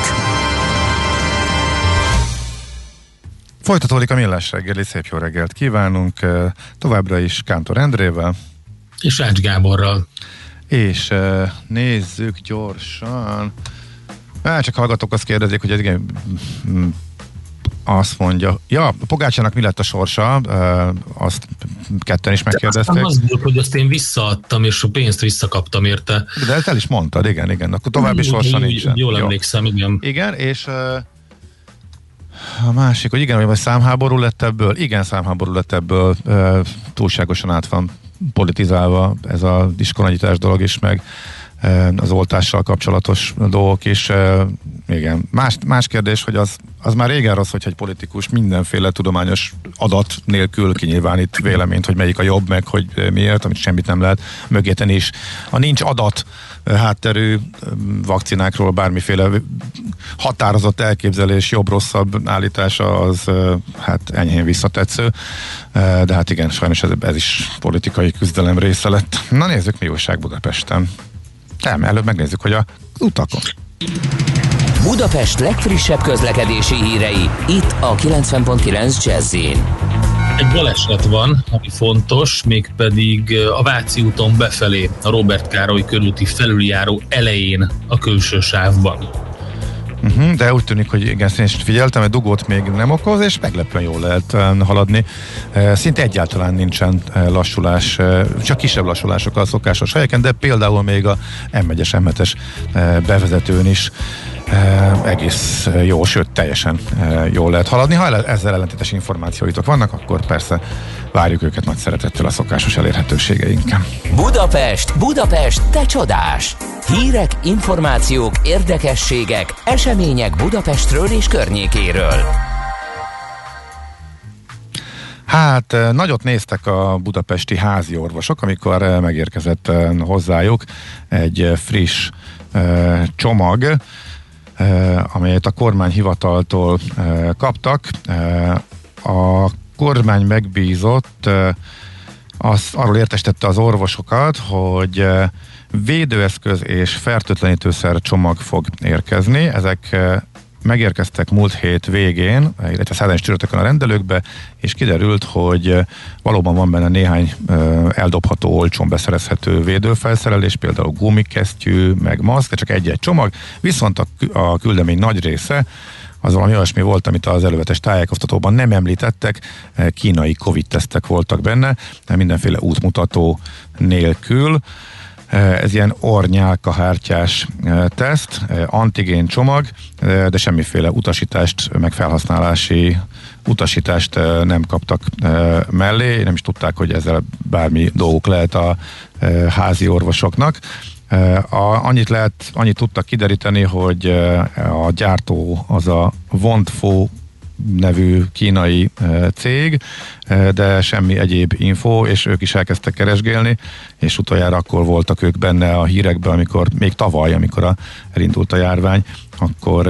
Folytatódik a Millás reggeli, szép jó reggelt kívánunk, továbbra is Kántor Endrével. És Ács Gáborral. És nézzük gyorsan. Csak hallgatók azt kérdezik, hogy igen, azt mondja, ja, Pogácsának mi lett a sorsa, azt ketten is megkérdezték. Aztán az volt, hogy azt én visszaadtam, és a pénzt visszakaptam érte. De ezt el is mondtad, igen, akkor további sorsa nincsen. Jól emlékszem, igen. Igen, és a másik, hogy igen, hogy számháború lett ebből, igen, számháború lett ebből, túlságosan át van politizálva ez a iskolanyitás dolog is, meg az oltással kapcsolatos dolgok is. Igen. Más kérdés, hogy az már régen rossz, hogyha egy politikus mindenféle tudományos adat nélkül kinyilvánít véleményt, hogy melyik a jobb, meg hogy miért, amit semmit nem lehet mögé tenni is. A nincs adat hátterű vakcinákról bármiféle határozott elképzelés, jobb-rosszabb állítása az hát enyhén visszatetsző, de hát igen, sajnos ez is politikai küzdelem része lett. Na nézzük, mi újság Budapesten. Előbb megnézzük, hogy a utakon. Budapest legfrissebb közlekedési hírei, itt a 90.9 Jazz-in. Egy baleset van, ami fontos, mégpedig a Váci úton befelé, a Róbert Károly körúti felüljáró elején a külső sávban. De úgy tűnik, hogy igen, én is figyeltem, hogy dugót még nem okoz, és meglepően jól lehet haladni. Szinte egyáltalán nincsen lassulás, csak kisebb lassulások a szokásos helyeken, de például még a M1-es, M7-es bevezetőn is egész jó, sőt teljesen jól lehet haladni. Ha ezzel ellentétes információitok vannak, akkor persze várjuk őket nagy szeretettel a szokásos elérhetőségeinken. Budapest, te csodás! Hírek, információk, érdekességek, események Budapestről és környékéről. Hát nagyot néztek a budapesti házi orvosok, amikor megérkezett hozzájuk egy friss csomag, amelyet a kormányhivataltól kaptak. A kormány megbízott, arról értesítette az orvosokat, hogy védőeszköz és fertőtlenítőszer csomag fog érkezni. Ezek megérkeztek múlt hét végén, illetve szerdán és csütörtökön a rendelőkbe, és kiderült, hogy valóban van benne néhány eldobható, olcsón beszerezhető védőfelszerelés, például gumikesztyű, meg maszk, de csak egy-egy csomag, viszont a küldemény nagy része az valami olyasmi volt, amit az előzetes tájékoztatóban nem említettek, kínai Covid-tesztek voltak benne, mindenféle útmutató nélkül. Ez ilyen orr-nyálkahártyás teszt, antigén csomag, de semmiféle utasítást, meg felhasználási utasítást nem kaptak mellé, nem is tudták, hogy ezzel bármi dolguk lehet a házi orvosoknak. Annyit tudtak kideríteni, hogy a gyártó az a Wondfo nevű kínai cég, de semmi egyéb info, és ők is elkezdtek keresgélni, és utoljára akkor voltak ők benne a hírekben, amikor még tavaly, amikor elindult a járvány, akkor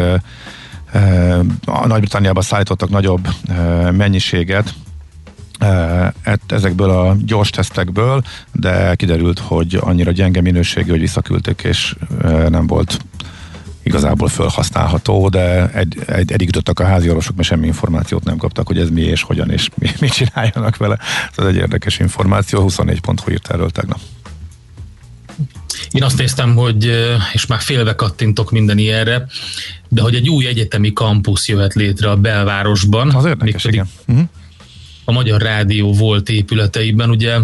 a Nagy-Britanniába szállítottak nagyobb mennyiséget ezekből a gyors tesztekből, de kiderült, hogy annyira gyenge minőségű, hogy visszaküldték, és nem volt igazából felhasználható, de eddig jutottak a házi orvosok, mert semmi információt nem kaptak, hogy ez mi és hogyan és mit csináljanak vele. Ez egy érdekes információ, 24.hu írt erről tegnap. Én azt néztem, hogy, és már félve kattintok minden ilyenre, de hogy egy új egyetemi kampusz jöhet létre a belvárosban. Az érdekes, igen. A Magyar Rádió volt épületeiben, ugye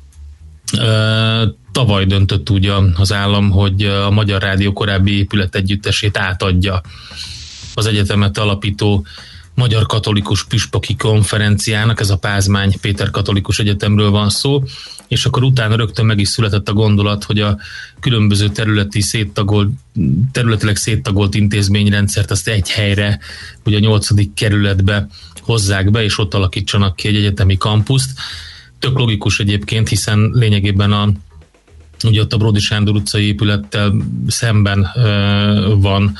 tavaly döntött úgy az állam, hogy a Magyar Rádió korábbi épületegyüttesét átadja az egyetemet alapító Magyar Katolikus Püspöki Konferenciának, ez a Pázmány Péter Katolikus Egyetemről van szó, és akkor utána rögtön meg is született a gondolat, hogy a különböző területileg széttagolt intézményrendszert azt egy helyre, ugye a 8. kerületbe hozzák be, és ott alakítsanak ki egy egyetemi kampuszt. Tök logikus egyébként, hiszen lényegében ugye ott a Bródy Sándor utcai épülettel szemben van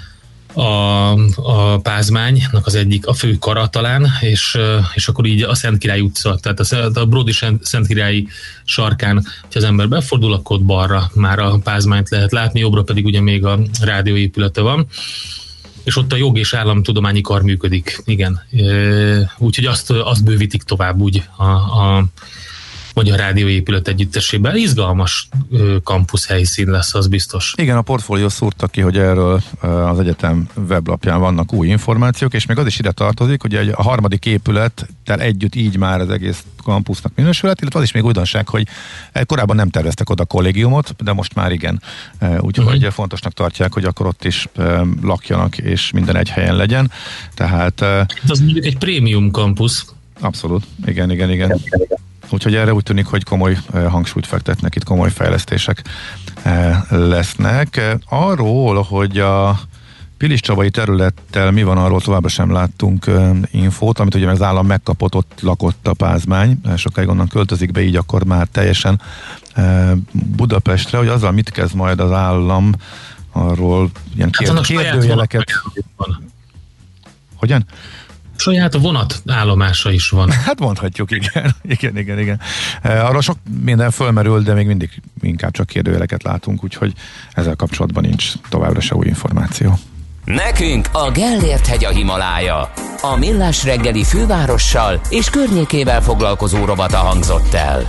a Pázmánynak az egyik, a fő kara talán, és akkor így a Szent Király utca, tehát a Bródy Szent Királyi sarkán, ha az ember befordul, akkor ott balra már a Pázmányt lehet látni, jobbra pedig ugye még a rádióépülete van, és ott a jog és államtudományi kar működik, igen. Úgyhogy azt bővítik tovább úgy a Magyar Rádióépület együttesében. Izgalmas kampusz helyszín lesz, az biztos. Igen, a portfólió szúrta ki, hogy erről az egyetem weblapján vannak új információk, és még az is ide tartozik, hogy a harmadik épülettel együtt így már az egész kampusznak minősülhet, illetve az is még újdonság, hogy korábban nem terveztek oda kollégiumot, de most már igen. Úgyhogy fontosnak tartják, hogy akkor ott is lakjanak, és minden egy helyen legyen. Tehát... Az mondjuk egy prémium kampusz. Abszolút, igen. Úgyhogy erre úgy tűnik, hogy komoly hangsúlyt fektetnek, itt komoly fejlesztések lesznek. Arról, hogy a Pilis-Csabai területtel mi van, arról továbbra sem láttunk infót, amit ugye az állam megkapott, ott lakott a Pázmány, sokáig onnan költözik be, így akkor már teljesen Budapestre, hogy azzal mit kezd majd az állam, arról ilyen kérdőjeleket... Hogyan? Saját vonatállomása is van. Hát mondhatjuk, igen. Arra sok minden fölmerül, de még mindig inkább csak kérdőjeleket látunk, úgyhogy ezzel kapcsolatban nincs továbbra se új információ. Nekünk a Gellért-hegy a Himalája. A Millás reggeli fővárossal és környékével foglalkozó rovata hangzott el.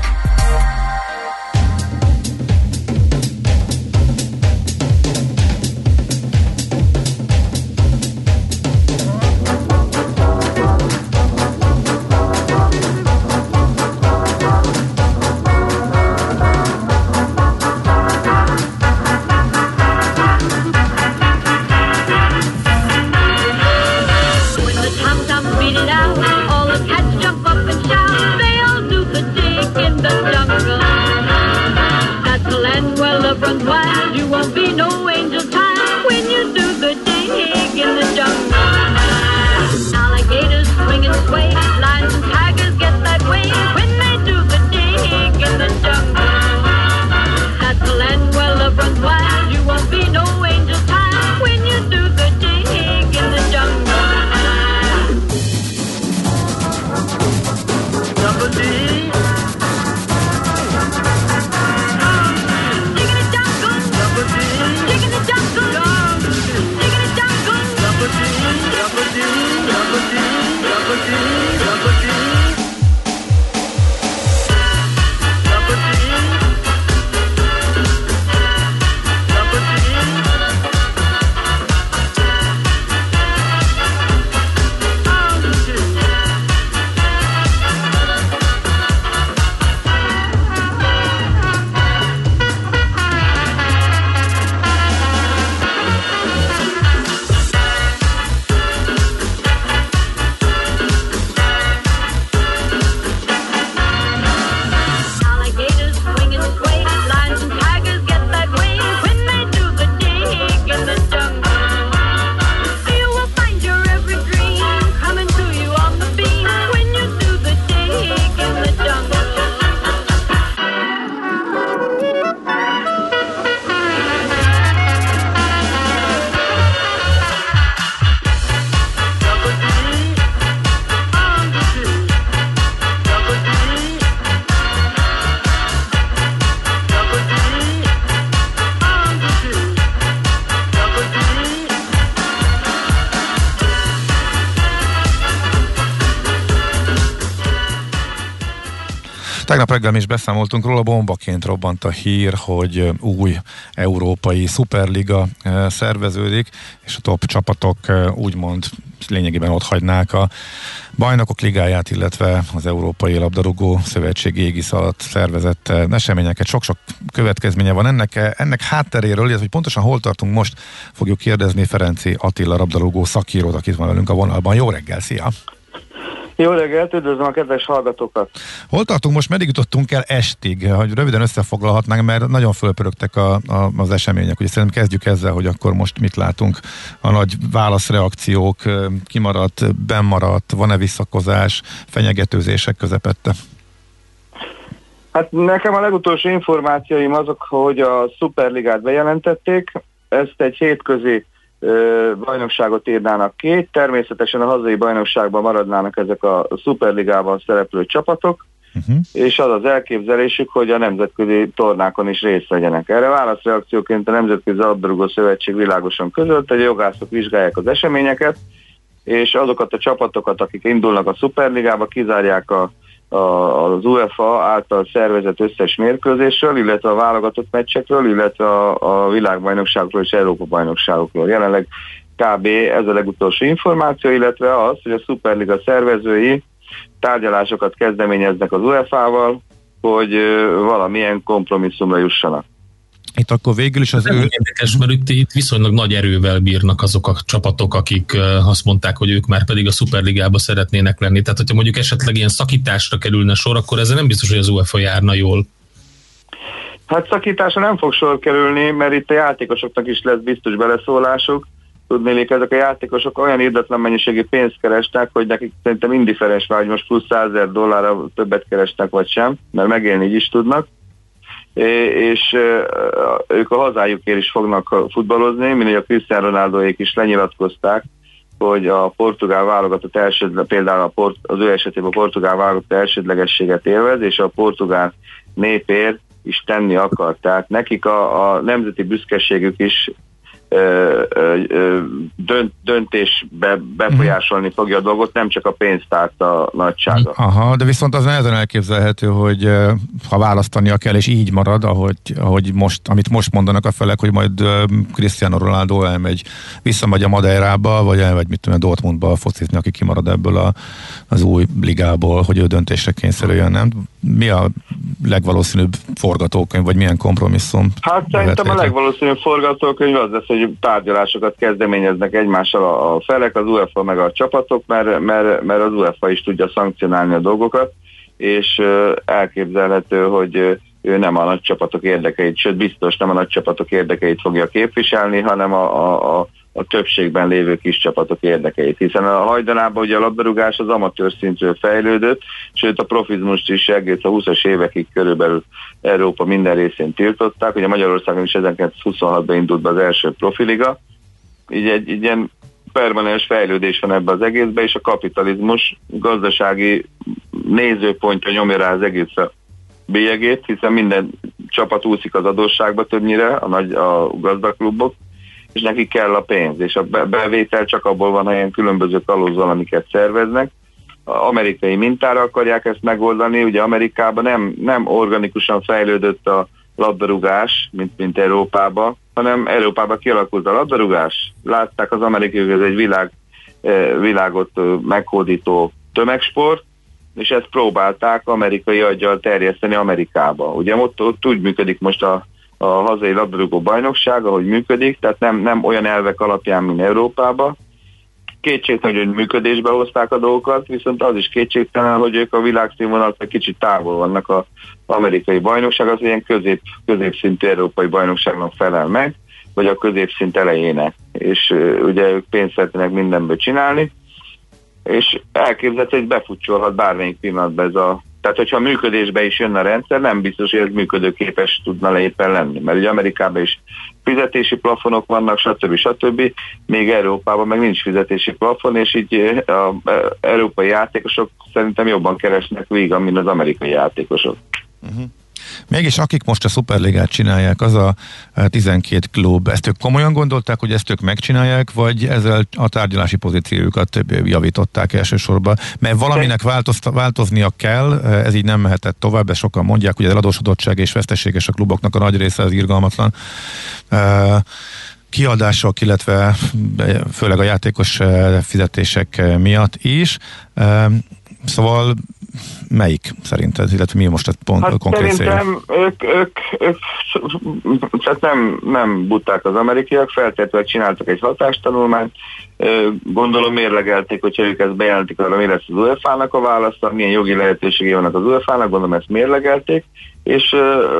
Tegnap reggel is beszámoltunk róla, bombaként robbant a hír, hogy új európai szuperliga szerveződik, és a top csapatok úgymond lényegében otthagynák a bajnokok ligáját, illetve az Európai Labdarúgó Szövetség égisz alatt szervezett eseményeket. Sok-sok következménye van ennek hátteréről, illetve hogy pontosan hol tartunk most, fogjuk kérdezni Ferenczy Attila labdarúgó szakírót, akit van velünk a vonalban. Jó reggel, szia! Jó reggelt, üdvözlöm a kedves hallgatókat! Hol tartunk most, meddig jutottunk el estig? Hogy röviden összefoglalhatnánk, mert nagyon fölpörögtek az események. Ugye szerintem kezdjük ezzel, hogy akkor most mit látunk. A nagy válaszreakciók, kimaradt, bennmaradt, van-e visszakozás, fenyegetőzések közepette? Hát nekem a legutolsó információim azok, hogy a Szuperligát bejelentették, ezt egy hétközi bajnokságot írnának ki, természetesen a hazai bajnokságban maradnának ezek a Szuperligában szereplő csapatok, és az az elképzelésük, hogy a nemzetközi tornákon is részt vegyenek. Erre válaszreakcióként a Nemzetközi Labdarúgó Szövetség világosan közölt, hogy a jogászok vizsgálják az eseményeket, és azokat a csapatokat, akik indulnak a Szuperligába, kizárják az UEFA által szervezett összes mérkőzésről, illetve a válogatott meccsekről, illetve a világbajnokságokról és Európa-bajnokságokról. Jelenleg kb. Ez a legutolsó információ, illetve az, hogy a Szuperliga szervezői tárgyalásokat kezdeményeznek az UEFA-val, hogy valamilyen kompromisszumra jussanak. Itt akkor végül is az érdekes, mert itt viszonylag nagy erővel bírnak azok a csapatok, akik azt mondták, hogy ők már pedig a Szuperligába szeretnének lenni. Tehát, hogyha mondjuk esetleg ilyen szakításra kerülne sor, akkor ezzel nem biztos, hogy az UEFA járna jól. Hát szakításra nem fog sor kerülni, mert itt a játékosoknak is lesz biztos beleszólásuk. Tudnélik, ezek a játékosok olyan érdetlen mennyiségű pénzt keresnek, hogy nekik szerintem indiferens már, hogy most plusz $100,000 többet keresnek vagy sem, mert megélni így is tudnak. És ők a hazájukért is fognak futballozni, mint a Cristiano Ronaldoék is lenyilatkozták, hogy a portugál válogatott például az ő esetében a portugál válogatott elsődlegességet élvez, és a portugál népért is tenni akar. Tehát nekik a nemzeti büszkeségük is döntésbe befolyásolni fogja a dolgot, nem csak a pénztárca nagysága. Aha, de viszont az nehezen elképzelhető, hogy ha választania kell, és így marad, ahogy most, amit most mondanak a felek, hogy majd Cristiano Ronaldo visszamegy a Madeirába, vagy elmegy, mit tudom, Dortmundba focizni, aki kimarad ebből az új ligából, hogy ő döntésre kényszerüljön, nem? Mi a legvalószínűbb forgatókönyv, vagy milyen kompromisszum? Hát szerintem a legvalószínűbb forgatókönyv az lesz, hogy tárgyalásokat kezdeményeznek egymással a felek, az UEFA meg a csapatok, mert az UEFA is tudja szankcionálni a dolgokat, és elképzelhető, hogy ő nem a nagy csapatok érdekeit, sőt biztos nem a nagy csapatok érdekeit fogja képviselni, hanem a többségben lévő kis csapatok érdekeit. Hiszen a hajdanában ugye a labdarúgás az amatőr szintről fejlődött, sőt a profizmust is egész a 20-as évekig körülbelül Európa minden részén tiltották. Ugye Magyarországon is 1926-ban indult be az első profiliga. Így egy ilyen permanens fejlődés van ebbe az egészbe, és a kapitalizmus gazdasági nézőpontja nyomja rá az egészre bélyegét, hiszen minden csapat úszik az adósságba többnyire, a gazdaklubok, és neki kell a pénz, és a bevétel csak abból van, ha ilyen különböző kalózzal, amiket szerveznek. A amerikai mintára akarják ezt megoldani, ugye Amerikában nem organikusan fejlődött a labdarúgás, mint Európában, hanem Európában kialakult a labdarúgás. Látták az amerikaiak, ez egy világot meghódító tömegsport, és ezt próbálták amerikai aggyal terjeszteni Amerikába. Ugye ott úgy működik most a hazai labdarúgó bajnokság, ahogy működik, tehát nem olyan elvek alapján, mint Európában. Kétségtelen, hogy működésbe hozták a dolgokat, viszont az is kétségtelen, hogy ők a világszínvonalat egy kicsit távol vannak az amerikai bajnokság, az ilyen középszintű európai bajnokságnak felel meg, vagy a középszint elejének. És ugye ők pénzt szeretnének mindenből csinálni, és elképzelhető, hogy befutcsolhat bármelyik pillanatban ez a... Tehát, hogyha működésbe is jön a rendszer, nem biztos, hogy ez működőképes tudna éppen lenni. Mert ugye Amerikában is fizetési plafonok vannak, stb. Még Európában meg nincs fizetési plafon, és így az európai játékosok szerintem jobban keresnek vígan, mint az amerikai játékosok. Mégis akik most a Szuperligát csinálják, az a 12 klub, ezt ők komolyan gondolták, hogy ezt ők megcsinálják, vagy ezzel a tárgyalási pozíciójukat javították elsősorban? Mert valaminek változnia kell, ez így nem mehetett tovább, de sokan mondják, hogy az eladósodottság és veszteséges a kluboknak a nagy része, az irgalmatlan kiadások, illetve főleg a játékos fizetések miatt is. Szóval melyik szerinted, illetve mi most a pont konkrét cél? Szerintem ők nem buták az amerikaiak, feltétlenül csináltak egy hatástanulmányt, gondolom mérlegelték, hogyha ők ezt bejelentik, arra mi lesz az UEFA-nak a válasza, milyen jogi lehetőségei vannak az UEFA-nak, gondolom ezt mérlegelték, és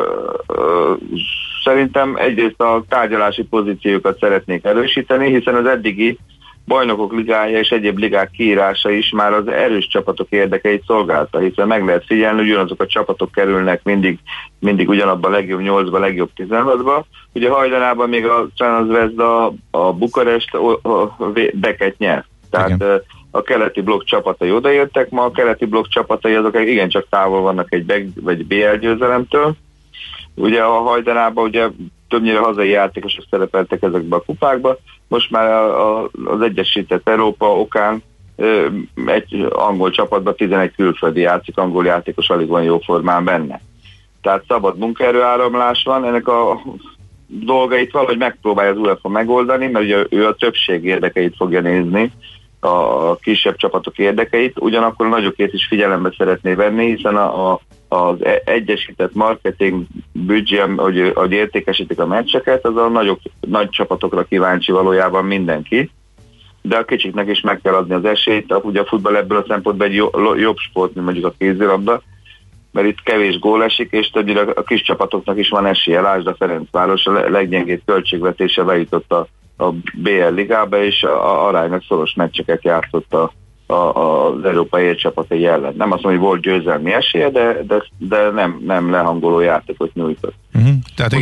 szerintem egyrészt a tárgyalási pozíciókat szeretnék erősíteni, hiszen az eddigi bajnokok ligája és egyéb ligák kiírása is már az erős csapatok érdekeit szolgálta, hiszen meg lehet figyelni, hogy ugyanazok a csapatok kerülnek mindig ugyanabban a legjobb 8-ba, legjobb 16-ba. Ugye hajdanában még a Transvezda, a Bukarest beket nyert. Tehát a keleti blokk csapatai odaértek, ma a keleti blokk csapatai azok igencsak távol vannak egy vagy BL győzelemtől. Ugye a hajdanában ugye többnyire hazai játékosok szerepeltek ezekbe a kupákba, most már az Egyesített Európa okán egy angol csapatban 11 külföldi játszik, angol játékos alig van jó formán benne. Tehát szabad munkaerőáramlás van, ennek a dolgait valahogy megpróbálja az UEFA megoldani, mert ugye ő a többség érdekeit fogja nézni, a kisebb csapatok érdekeit, ugyanakkor a nagyokét is figyelembe szeretné venni, hiszen az egyesített marketing büdzsé, hogy értékesítik a meccseket, az a nagy csapatokra kíváncsi valójában mindenki, de a kicsiknek is meg kell adni az esélyt, ugye a futball ebből a szempontból egy jobb sport, mint mondjuk a kézilabda, mert itt kevés gól esik, és többnyire a kis csapatoknak is van esélye. Lásd a Ferencváros a leggyengébb költségvetése bejutott a BL ligába, és aránylag szoros meccseket játszott az európai élcsapatai ellen. Nem azt mondom, hogy volt győzelmi esélye, de nem lehangoló játékot nyújtott. Tehát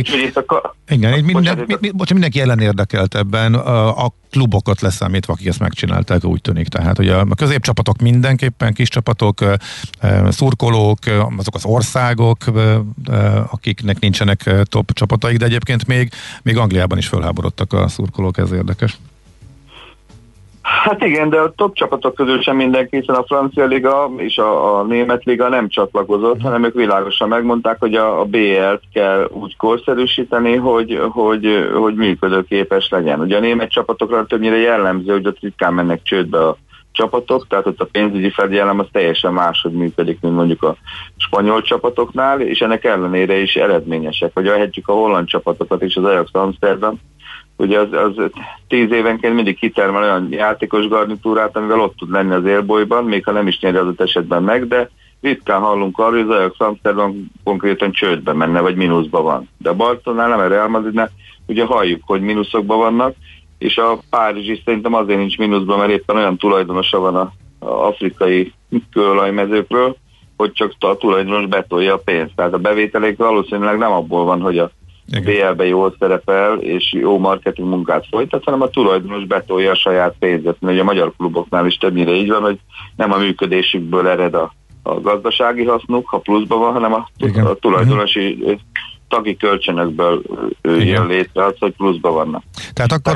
mindenki ellen érdekelt ebben, a klubokat leszámítva, akik ezt megcsinálták, úgy tűnik. Tehát, hogy a középcsapatok mindenképpen, kis csapatok, szurkolók, azok az országok, akiknek nincsenek top csapataik, de egyébként még Angliában is fölháborodtak a szurkolók, ez érdekes. Hát igen, de a top csapatok közül sem mindenki, hiszen a francia liga és a német liga nem csatlakozott, hanem ők világosan megmondták, hogy a BL-t kell úgy korszerűsíteni, hogy működőképes legyen. Ugye a német csapatokra többnyire jellemző, hogy ott ritkán mennek csődbe a csapatok, tehát ott a pénzügyi fegyelem az teljesen máshogy működik, mint mondjuk a spanyol csapatoknál, és ennek ellenére is eredményesek. Vagy elhetjük a holland csapatokat is, az Ajax Amsterdam, ugye az 10 évenként mindig kitermel olyan játékos garnitúrát, amivel ott tud lenni az élbolyban, még ha nem is nyeri adott esetben meg, de ritkán hallunk arról, hogy az Ajax Amsterdam konkrétan csődben menne, vagy mínuszban van. De a Barcelonál, nem a Real Madridnál, ugye halljuk, hogy mínuszokban vannak, és a Párizs is szerintem azért nincs mínuszban, mert éppen olyan tulajdonosa van az afrikai kőolajmezőkről, hogy csak a tulajdonos betolja a pénzt. Tehát a bevételék valószínűleg nem abból van, hogy a BL-ben jól szerepel, és jó marketing munkát folytat, hanem a tulajdonos betolja a saját pénzet. Mert ugye a magyar kluboknál is többnyire így van, hogy nem a működésükből ered a gazdasági hasznuk, ha pluszban van, hanem a tulajdonosi tagi kölcsönökből jön létre az, hogy pluszban vannak. Tehát akkor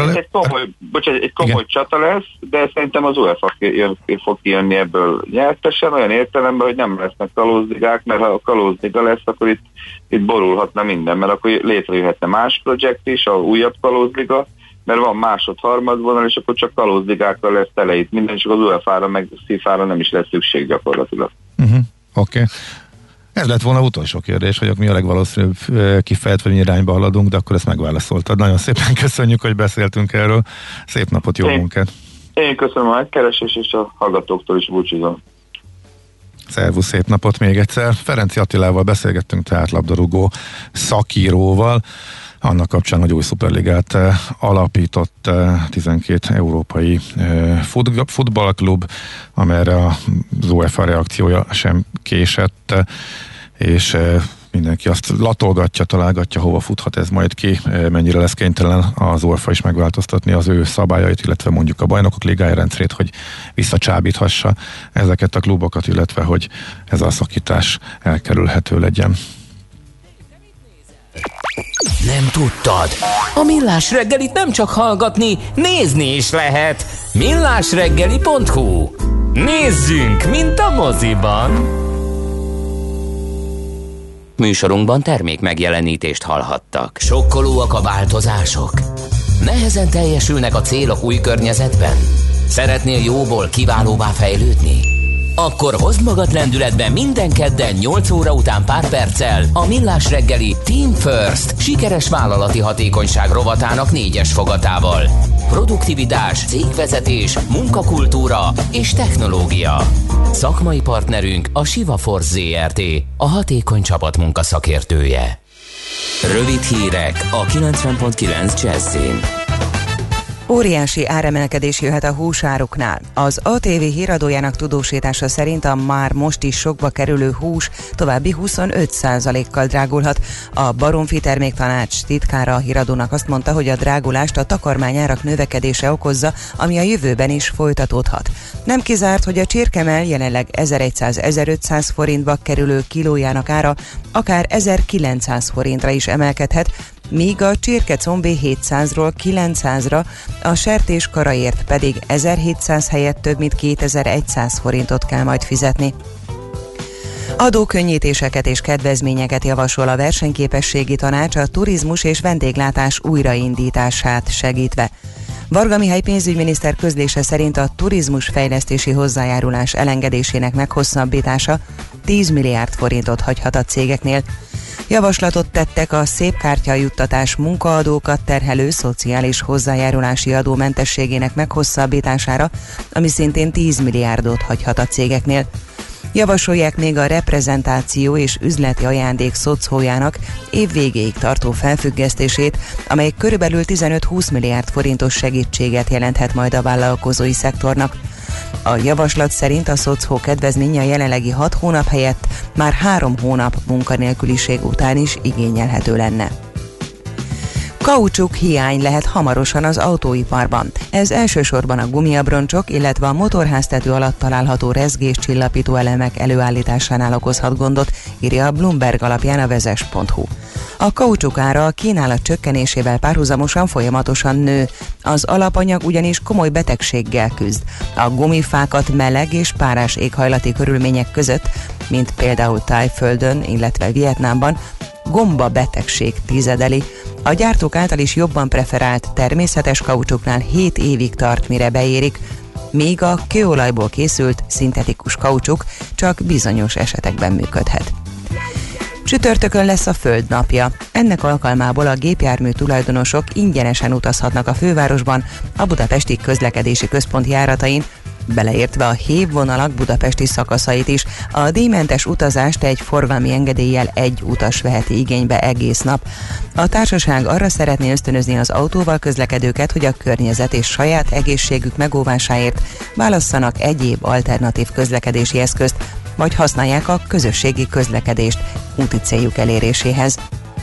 egy komoly csata lesz, de szerintem az UEFA fog kijönni ebből nyertesen, olyan értelemben, hogy nem lesznek kalózligák, mert ha a kalózliga lesz, akkor itt borulhatna minden, mert akkor létrejöhetne más projekt is, a újabb kalózliga, mert van másod-harmadvonal, és akkor csak kalózligákkal lesz tele itt minden, és az UEFA-ra meg FIFA-ra nem is lesz szükség gyakorlatilag. Oké. Ez lett volna utolsó kérdés, hogy mi a legvalószínűbb kifejtve, hogy irányba haladunk, de akkor ezt megválaszoltad. Nagyon szépen köszönjük, hogy beszéltünk erről. Szép napot, jó munkát! Én köszönöm a megkeresést, és a hallgatóktól is búcsúzom. Szervusz, szép napot még egyszer. Ferenci Attilával beszélgettünk, tehát labdarúgó szakíróval, annak kapcsán, hogy új szuperligát alapított 12 európai futballklub, amelyre az UEFA reakciója sem késett, és mindenki azt latolgatja, találgatja, hova futhat ez majd ki, mennyire lesz kénytelen az UEFA is megváltoztatni az ő szabályait, illetve mondjuk a bajnokok ligája rendszerét, hogy visszacsábíthassa ezeket a klubokat, illetve hogy ez a szakítás elkerülhető legyen. Nem tudtad? A Millás reggelit nem csak hallgatni, nézni is lehet. millásreggeli.hu. Nézzünk, mint a moziban. Műsorunkban termék megjelenítést hallhattak. Sokkolóak a változások? Nehezen teljesülnek a célok új környezetben? Szeretnél jóból kiválóvá fejlődni? Akkor hozd magad lendületbe minden kedden 8 óra után pár perccel a Millás reggeli Team First sikeres vállalati hatékonyság rovatának 4-es fogatával. Produktivitás, cégvezetés, munkakultúra és technológia. Szakmai partnerünk a Siva Force Zrt., a hatékony csapatmunka szakértője. Rövid hírek a 90.9 Jazzin. Óriási áremelkedés jöhet a húsáruknál. Az ATV híradójának tudósítása szerint a már most is sokba kerülő hús további 25%-kal drágulhat. A Baromfi Terméktanács titkára a híradónak azt mondta, hogy a drágulást a takarmányárak növekedése okozza, ami a jövőben is folytatódhat. Nem kizárt, hogy a csirkemell jelenleg 1100-1500 forintba kerülő kilójának ára akár 1900 forintra is emelkedhet, míg a csirkecombi 700-ról 900-ra, a sertés karaért pedig 1700 helyett több mint 2100 forintot kell majd fizetni. Adókönnyítéseket és kedvezményeket javasol a versenyképességi tanács a turizmus és vendéglátás újraindítását segítve. Varga Mihály pénzügyminiszter közlése szerint a turizmus fejlesztési hozzájárulás elengedésének meghosszabbítása 10 milliárd forintot hagyhat a cégeknél. Javaslatot tettek a szépkártya juttatás munkaadókat terhelő szociális hozzájárulási adómentességének meghosszabbítására, ami szintén 10 milliárdot hagyhat a cégeknél. Javasolják még a reprezentáció és üzleti ajándék szocójának év végéig tartó felfüggesztését, amely körülbelül 15-20 milliárd forintos segítséget jelenthet majd a vállalkozói szektornak. A javaslat szerint a szocó kedvezménye a jelenlegi 6 hónap helyett már 3 hónap munkanélküliség után is igényelhető lenne. Kaucsuk hiány lehet hamarosan az autóiparban. Ez elsősorban a gumiabroncsok, illetve a motorháztető alatt található rezgéscsillapító elemek előállításánál okozhat gondot, írja a Bloomberg alapján a vezes.hu. A kaucsuk ára a kínálat csökkenésével párhuzamosan folyamatosan nő. Az alapanyag ugyanis komoly betegséggel küzd. A gumifákat meleg és párás éghajlati körülmények között, mint például Tájföldön, illetve Vietnámban, gomba betegség tizedeli. A gyártók által is jobban preferált természetes kaucsuknál 7 évig tart, mire beérik, míg a kőolajból készült szintetikus kaucsuk csak bizonyos esetekben működhet. Csütörtökön lesz a Föld napja. Ennek alkalmából a gépjármű tulajdonosok ingyenesen utazhatnak a fővárosban, a Budapesti Közlekedési Központ járatain, beleértve a hévvonalak budapesti szakaszait is. A díjmentes utazást egy forgalmi engedéllyel egy utas veheti igénybe egész nap. A társaság arra szeretné ösztönözni az autóval közlekedőket, hogy a környezet és saját egészségük megóvásáért válasszanak egyéb alternatív közlekedési eszközt, vagy használják a közösségi közlekedést úti céljuk eléréséhez.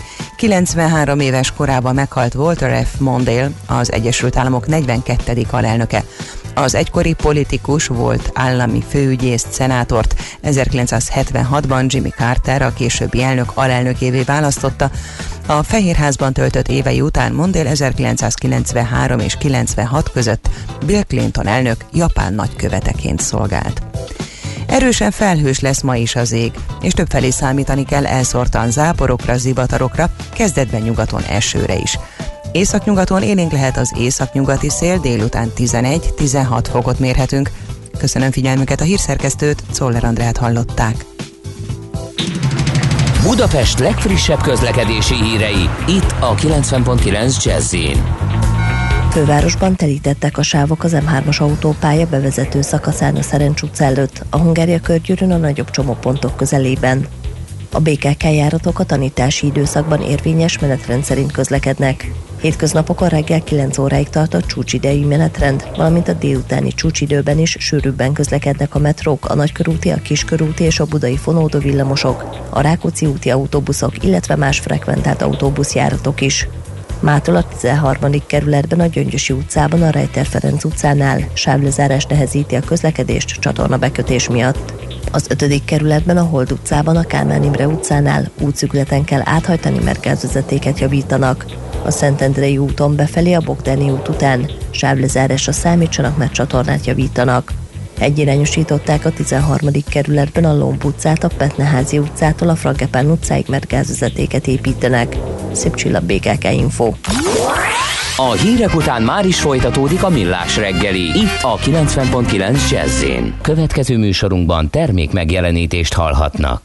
93 éves korában meghalt Walter F. Mondale, az Egyesült Államok 42. alelnöke. Az egykori politikus volt állami főügyészt, szenátort. 1976-ban Jimmy Carter, a későbbi elnök alelnökévé választotta. A Fehérházban töltött évei után Mondale 1993 és 96 között Bill Clinton elnök japán nagyköveteként szolgált. Erősen felhős lesz ma is az ég, és többfelé számítani kell elszórtan záporokra, zivatarokra, kezdetben nyugaton esőre is. Északnyugaton élénk lehet az északnyugati szél, délután 11-16 fokot mérhetünk. Köszönöm figyelmüket, a hírszerkesztőt, Czoller Andrát hallották. Budapest legfrissebb közlekedési hírei, itt a 90.9 Jazz-in. Fővárosban telítettek a sávok az M3-as autópálya bevezető szakaszán a Szerencs utca előtt, a Hungária körgyűrűn a nagyobb csomópontok közelében. A BKK járatok a tanítási időszakban érvényes menetrend szerint közlekednek. Hétköznapokon reggel 9 óráig tart a csúcsidejű menetrend, valamint a délutáni csúcsidőben is sűrűbben közlekednek a metrók, a nagykörúti, a kiskörúti és a budai fonódó villamosok, a Rákóczi úti autóbuszok, illetve más frekventált autóbuszjáratok is. Mától a 13. kerületben a Gyöngyösi utcában, a Rejter Ferenc utcánál sávlezárás nehezíti a közlekedést csatornabekötés miatt. Az 5. kerületben a Hold utcában, a Kálmán Imre utcánál útszűkületen kell áthajtani, mert gázvezetéket javítanak. A Szentendrei úton befelé a Bogdáni út után sávlezárásra számítsanak, mert csatornát javítanak. Egyirányosították a 13. kerületben a Lomb utcát a Petneházi utcától a Frangepán utcáig, mert gázvezetéket építenek. Szép Csilla, BKK Info. A hírek után már is folytatódik a Millás reggeli, itt a 90.9 Jazz-én. Következő műsorunkban termék megjelenítést hallhatnak.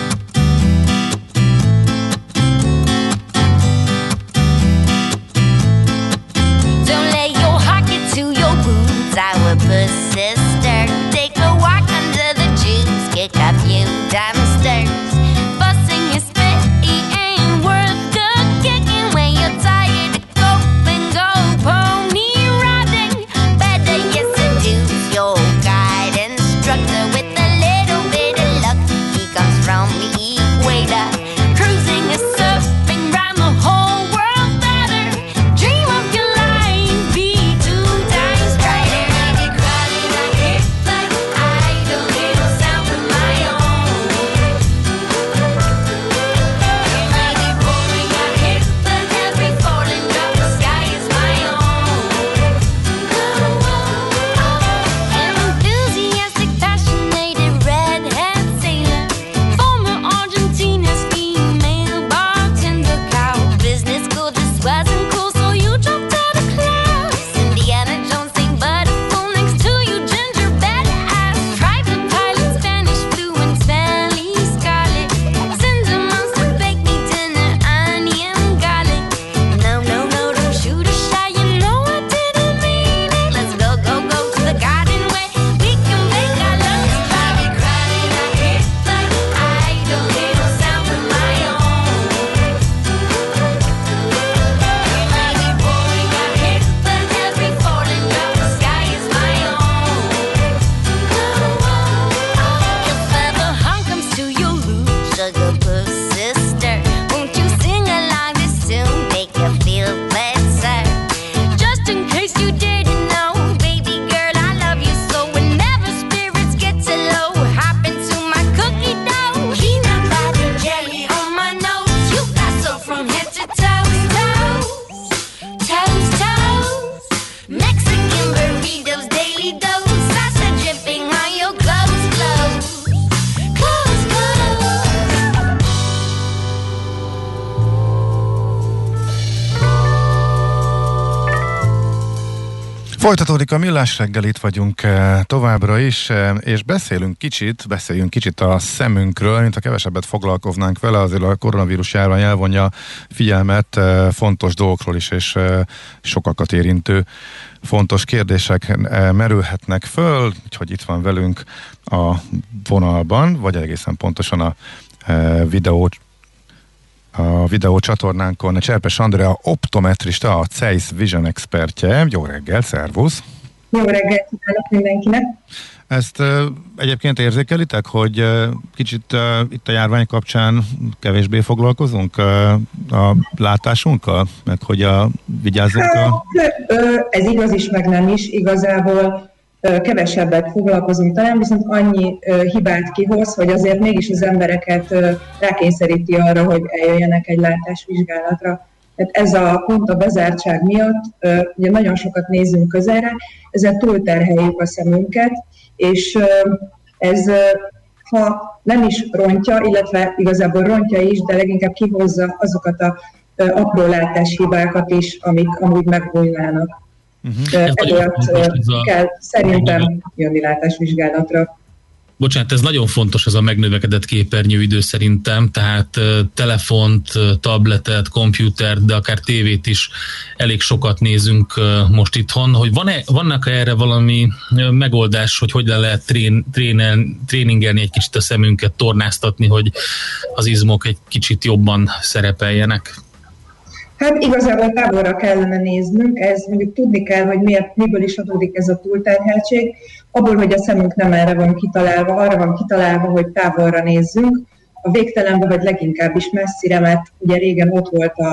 Folytatódik a Millás reggel, itt vagyunk továbbra is, és beszéljünk kicsit a szemünkről, mint a kevesebbet foglalkoznánk vele, azért a koronavírus járvány elvonja figyelmet fontos dolgokról is, és sokakat érintő fontos kérdések merülhetnek föl, úgyhogy itt van velünk a vonalban, vagy egészen pontosan a videó csatornánkon Cserpes Andrea, optometrista, a Zeiss Vision expertje. Jó reggel, szervusz! Jó reggelt kívánok mindenkinek! Ezt egyébként érzékelitek, hogy kicsit itt a járvány kapcsán kevésbé foglalkozunk a látásunkkal, meg hogy vigyázzunk Ez igaz is, meg nem is. Igazából kevesebbet foglalkozunk talán, viszont annyi hibát kihoz, hogy azért mégis az embereket rákényszeríti arra, hogy eljöjjenek egy látásvizsgálatra. Tehát ez pont a bezártság miatt, ugye nagyon sokat nézünk közelre, ezzel túlterheljük a szemünket, és ez, ha nem is rontja, illetve igazából rontja is, de leginkább kihozza azokat a apró látáshibákat is, amik amúgy megbújnának. Ezért kell szerintem jönni látásvizsgálatra. Bocsánat, ez nagyon fontos, ez a megnövekedett képernyőidő szerintem, tehát telefont, tabletet, komputert, de akár tévét is elég sokat nézünk most itthon. Hogy vannak erre valami megoldás, hogy lehet tréningelni egy kicsit a szemünket, tornáztatni, hogy az izmok egy kicsit jobban szerepeljenek? Hát igazából távolra kellene néznünk, ez mondjuk tudni kell, hogy miből is adódik ez a túlterheltség. Abból, hogy a szemünk nem erre van kitalálva, arra van kitalálva, hogy távolra nézzünk, a végtelenbe vagy leginkább is messzire, mert ugye régen ott volt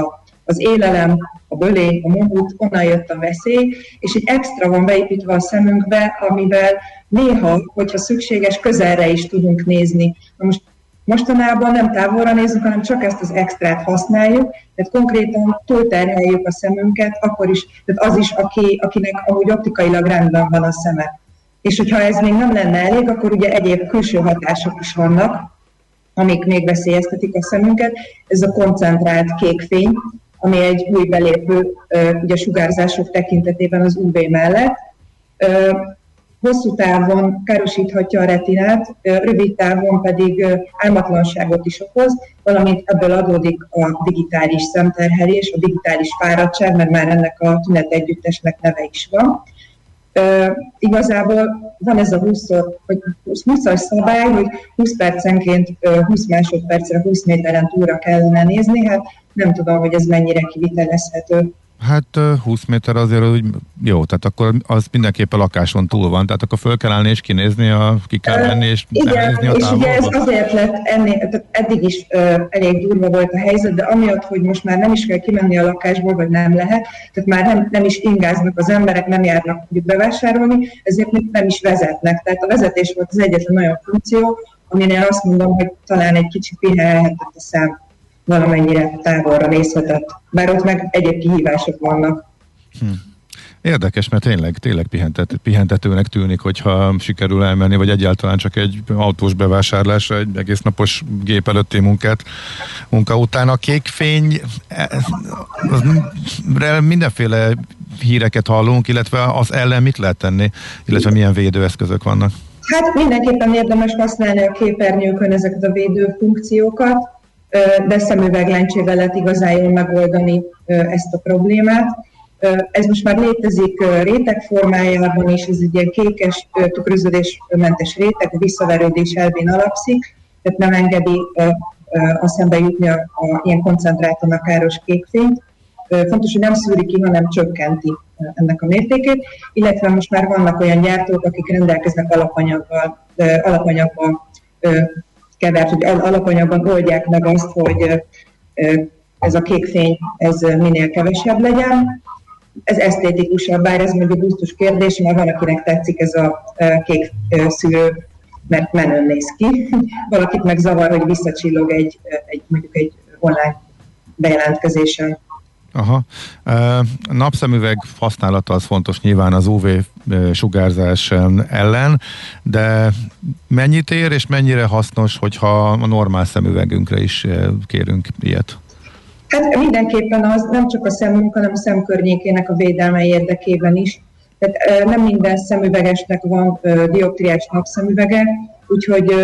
az élelem, a bölé, a momut, onnan jött a veszély, és egy extra van beépítve a szemünkbe, amivel néha, hogyha szükséges, közelre is tudunk nézni. Na most mostanában nem távolra nézünk, hanem csak ezt az extrát használjuk, tehát konkrétan túlterheljük a szemünket, akkor is, tehát az is, akinek amúgy optikailag rendben van a szeme. És hogyha ez még nem lenne elég, akkor ugye egyéb külső hatások is vannak, amik még veszélyeztetik a szemünket. Ez a koncentrált kékfény, ami egy új belépő ugye sugárzások tekintetében az UV mellett. Hosszú távon károsíthatja a retinát, rövid távon pedig álmatlanságot is okoz, valamint ebből adódik a digitális szemterhelés, a digitális fáradtság, mert már ennek a tünetegyüttesnek neve is van. Igazából van ez a 20-as szabály, hogy 20 percenként 20 másodpercre 20 méteren túlra kellene nézni, hát nem tudom, hogy ez mennyire kivitelezhető. Hát 20 méter azért úgy jó, tehát akkor az mindenképpen lakáson túl van, tehát akkor föl kell állni és kinézni, ki kell menni és elnézni a távolba. És ugye ez azért lett tehát eddig is elég durva volt a helyzet, de amiatt, hogy most már nem is kell kimenni a lakásból, vagy nem lehet, tehát már nem is ingáznak az emberek, nem járnak mondjuk bevásárolni, ezért nem is vezetnek. Tehát a vezetés volt az egyetlen olyan funkció, aminél azt mondom, hogy talán egy kicsit pihenhetett a szám, valamennyire távolra nézhetett. Bár ott meg egyéb kihívások vannak. Érdekes, mert tényleg pihentetőnek tűnik, hogyha sikerül elmenni, vagy egyáltalán csak egy autós bevásárlásra, egy egész napos gép előtti munka után. A kékfény, mindenféle híreket hallunk, illetve az ellen mit lehet tenni, illetve milyen védőeszközök vannak? Hát mindenképpen érdemes használni a képernyőkön ezeket a védőfunkciókat, de szemüveglencsével lehet igazán jól megoldani ezt a problémát. Ez most már létezik réteg formájában is, ez egy ilyen kékes, tükröződésmentes réteg, a visszaverődés elvén alapszik, tehát nem engedi a szembe jutni ilyen koncentráltan a káros kékfényt. Fontos, hogy nem szűri ki, hanem csökkenti ennek a mértékét, illetve most már vannak olyan gyártók, akik rendelkeznek alapanyagban kevert, hogy alapanyagban oldják meg azt, hogy ez a kékfény ez minél kevesebb legyen. Ez esztétikusabb, bár ez mondjuk gusztus kérdés, mert van, akinek tetszik ez a kék szűrő, mert menőn néz ki. Valakit meg zavar, hogy visszacsillog mondjuk egy online bejelentkezésen. Aha. Napszemüveg használata az fontos nyilván az UV sugárzás ellen, de mennyit ér és mennyire hasznos, hogyha a normál szemüvegünkre is kérünk ilyet? Hát mindenképpen az nem csak a szemünk, hanem a szemkörnyékének a védelme érdekében is. Tehát nem minden szemüvegesnek van dioptriás napszemüvege, úgyhogy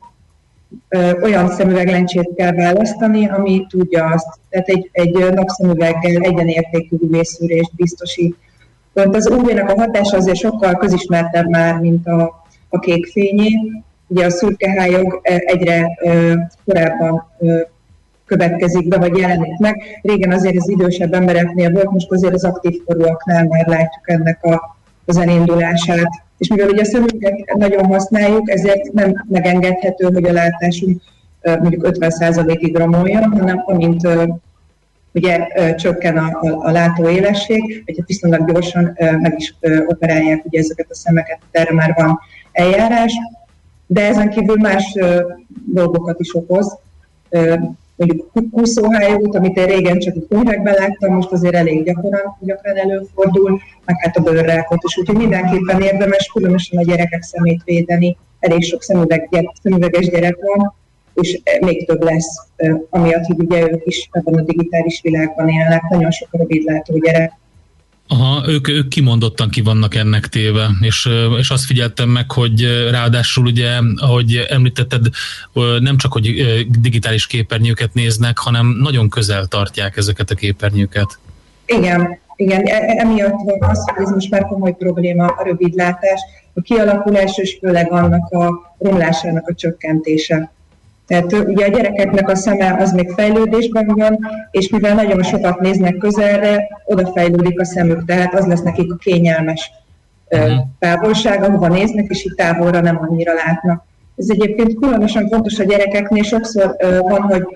olyan szemüveglencsét kell választani, ami tudja azt. Tehát egy napszemüveggel egyenértékű UV-szűrést biztosít. Pont az UV-nek a hatása azért sokkal közismertebb már, mint a kék fényé. Ugye a szürkehályog egyre korábban következik be, vagy jelenik meg. Régen azért az idősebb embereknél volt, most azért az aktív korúaknál már látjuk ennek az elindulását. És mivel ugye a szemünket nagyon használjuk, ezért nem megengedhető, hogy a látásunk mondjuk 50%-ig romoljon, hanem amint ugye csökken a látóélesség, vagy viszonylag gyorsan meg is operálják ugye ezeket a szemeket, erre már van eljárás, de ezen kívül más dolgokat is okoz. Mondjuk kúszóhályút, amit én régen csak itt könyvekben láttam, most azért elég gyakran előfordul, meg hát a bőrrákot is. Úgyhogy mindenképpen érdemes különösen a gyerekek szemét védeni. Elég sok szemüveges gyerek van, és még több lesz, amiatt, hogy ugye ők is ebben a digitális világban élnek. Nagyon sok rövidlátó gyerek. Aha, ők kimondottan ki vannak ennek téve, és azt figyeltem meg, hogy ráadásul ugye, ahogy említetted, nem csak, hogy digitális képernyőket néznek, hanem nagyon közel tartják ezeket a képernyőket. Igen, emiatt van az, hogy ez most már komoly probléma a rövidlátás, a kialakulás és főleg annak a romlásának a csökkentése. Tehát ugye a gyerekeknek a szeme az még fejlődésben van, és mivel nagyon sokat néznek közelre, odafejlődik a szemük, tehát az lesz nekik a kényelmes távolság, ahova néznek, és itt távolra nem annyira látnak. Ez egyébként különösen fontos a gyerekeknél, sokszor van, hogy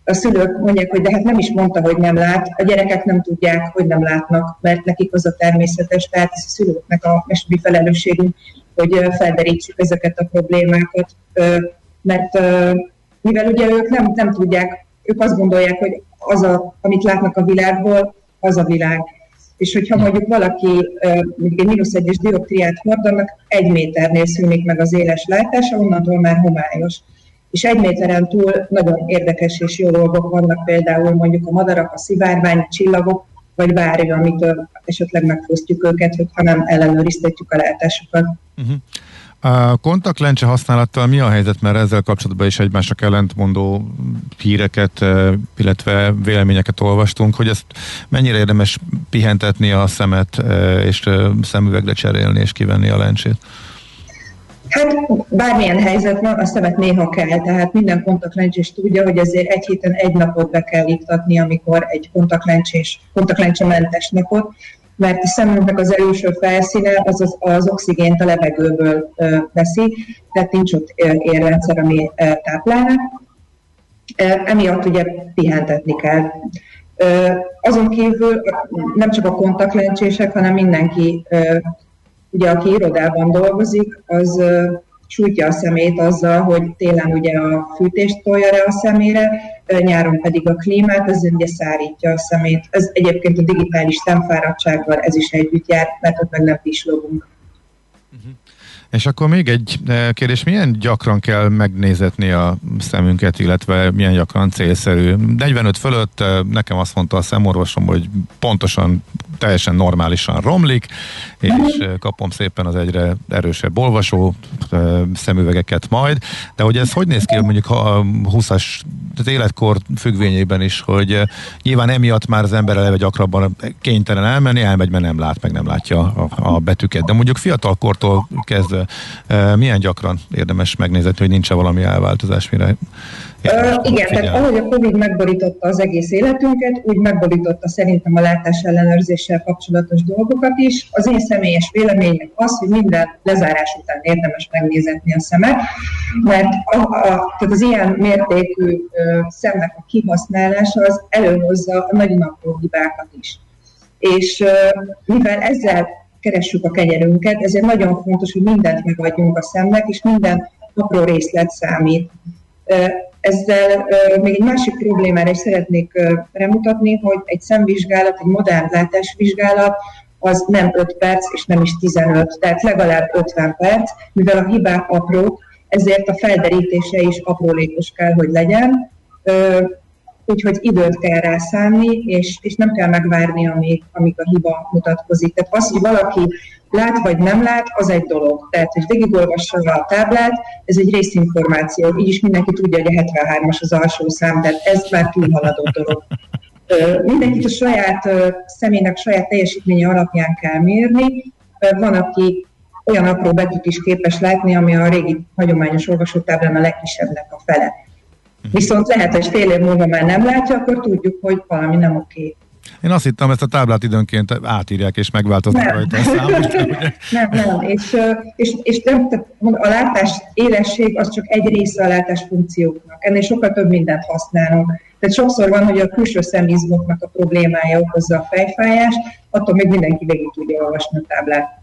a szülők mondják, hogy de hát nem is mondta, hogy nem lát, a gyerekek nem tudják, hogy nem látnak, mert nekik az a természetes, tehát ez a szülőknek a mi felelősségünk, hogy felderítsük ezeket a problémákat, mert mivel ugye ők nem tudják, ők azt gondolják, hogy amit látnak a világból, az a világ. És hogyha mondjuk valaki mondjuk egy -1-es dioptriát hord, annak 1 méternél szűnik meg az éles látása, onnantól már homályos. És 1 méteren túl nagyon érdekes és jó dolgok vannak, például mondjuk a madarak, a szivárvány, a csillagok, vagy bármi, amitől esetleg megfosztjuk őket, hogyha nem ellenőriztetjük a látásukat. A kontaktlencse használattal mi a helyzet, mert ezzel kapcsolatban is egymásnak ellentmondó híreket, illetve véleményeket olvastunk, hogy ezt mennyire érdemes pihentetni a szemet, és szemüvegre cserélni, és kivenni a lencsét? Hát bármilyen helyzet van, a szemet néha kell, tehát minden kontaktlencsés tudja, hogy azért egy héten 1 napot be kell iktatni, amikor egy kontaktlencsementes napot, mert a szemünknek az előső felszíne az oxigént a levegőből veszi, tehát nincs ott érrendszer, ami táplálna. Emiatt ugye pihentetni kell. Azon kívül nem csak a kontaktlencsések, hanem mindenki, ugye aki irodában dolgozik, az sújtja a szemét azzal, hogy télen ugye a fűtést tolja rá a szemére, nyáron pedig a klímát, ez ugye szárítja a szemét. Ez egyébként a digitális szemfáradtsággal ez is együtt jár, mert ott meg nem pislogunk. És akkor még egy kérdés, milyen gyakran kell megnézetni a szemünket, illetve milyen gyakran célszerű? 45 fölött nekem azt mondta a szemorvosom, hogy pontosan, teljesen normálisan romlik, és kapom szépen az egyre erősebb olvasó szemüvegeket majd, de hogy ez hogy néz ki mondjuk a 20-as az életkor függvényében is, hogy nyilván emiatt már az ember eleve gyakrabban kénytelen elmegy, mert nem lát, meg nem látja a betűket. De mondjuk fiatalkortól kezdve milyen gyakran érdemes megnézni, hogy nincs-e valami elváltozás, mire igen, tehát ahogy a Covid megborította az egész életünket, úgy megborította szerintem a látás ellenőrzéssel kapcsolatos dolgokat is. Az én személyes véleményem az, hogy minden lezárás után érdemes megnézetni a szemet, mert tehát az ilyen mértékű szemnek a kihasználása az előhozza a nagyon apró hibákat is. És mivel ezzel keressük a kenyerünket, ezért nagyon fontos, hogy mindent megadjunk a szemnek, és minden apró részlet számít. Ezzel még egy másik problémára is szeretnék remutatni, hogy egy szemvizsgálat, egy modern látásvizsgálat az nem 5 perc, és nem is 15, tehát legalább 50 perc, mivel a hibák aprók, ezért a felderítése is aprólékos kell, hogy legyen, úgyhogy időt kell rá számni, és nem kell megvárni, amíg a hiba mutatkozik. Tehát az, hogy valaki lát vagy nem lát, az egy dolog. Tehát, hogy végigolvassa a táblát, ez egy részinformáció. Így is mindenki tudja, hogy a 73-as az alsó szám, tehát ez már túlhaladó dolog. Mindenkit a saját személynek, saját teljesítménye alapján kell mérni. Van, aki olyan apró betűt is képes látni, ami a régi hagyományos olvasótáblán a legkisebbnek a fele. Viszont lehet, hogy fél év múlva már nem látja, akkor tudjuk, hogy valami nem oké. Én azt hittem, ezt a táblát időnként átírják és megváltoznak rajta a számot. Nem. És a látás élesség az csak egy része a látás funkcióknak. Ennél sokkal több mindent használunk. Tehát sokszor van, hogy a külső szemizmoknak a problémája okozza a fejfájást, attól még mindenki végig tudja olvasni a táblát.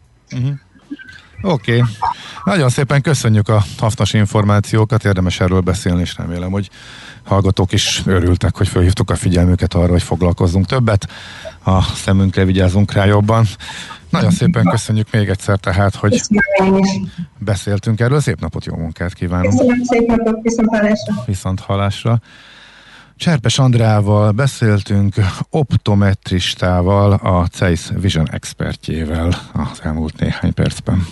Oké. Nagyon szépen köszönjük a hasznos információkat, érdemes erről beszélni, és remélem, hogy hallgatók is örültek, hogy felhívtuk a figyelmüket arra, hogy foglalkozzunk többet, a szemünkre vigyázzunk rá jobban. Nagyon szépen köszönjük még egyszer tehát, hogy beszéltünk erről. Szép napot, jó munkát kívánunk! Köszönöm, szép napot, viszont hallásra! Cserpes Andreával beszéltünk, optometristával, a Zeiss Vision expertjével az elmúlt néhány percben.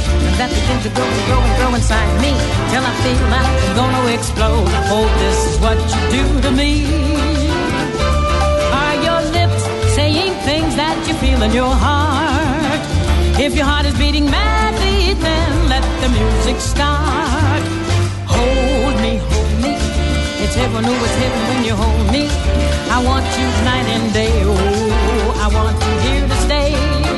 Explode. I hope this is what what you do to me. Are your lips saying things that you feel in your heart? If your heart is beating madly, then let the music start. Hold me, hold me. It's heaven, oh, it's heaven when you hold me. I want you night and day, oh, I want you here to stay.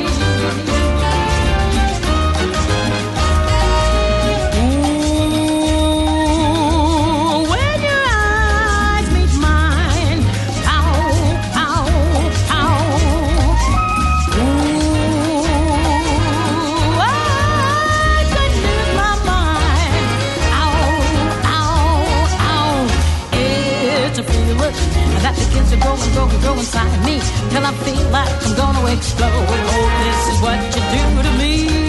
Go inside me till I feel like I'm gonna explode. Oh, this is what you do to me.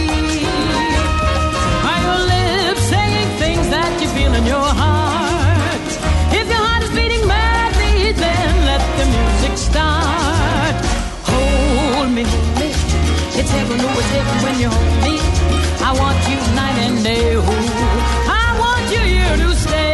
Are your lips saying things that you feel in your heart? If your heart is beating madly, then let the music start. Hold me, hold me. It's heaven, oh, it's heaven when you hold me. I want you night and day. Oh, I want you here to stay.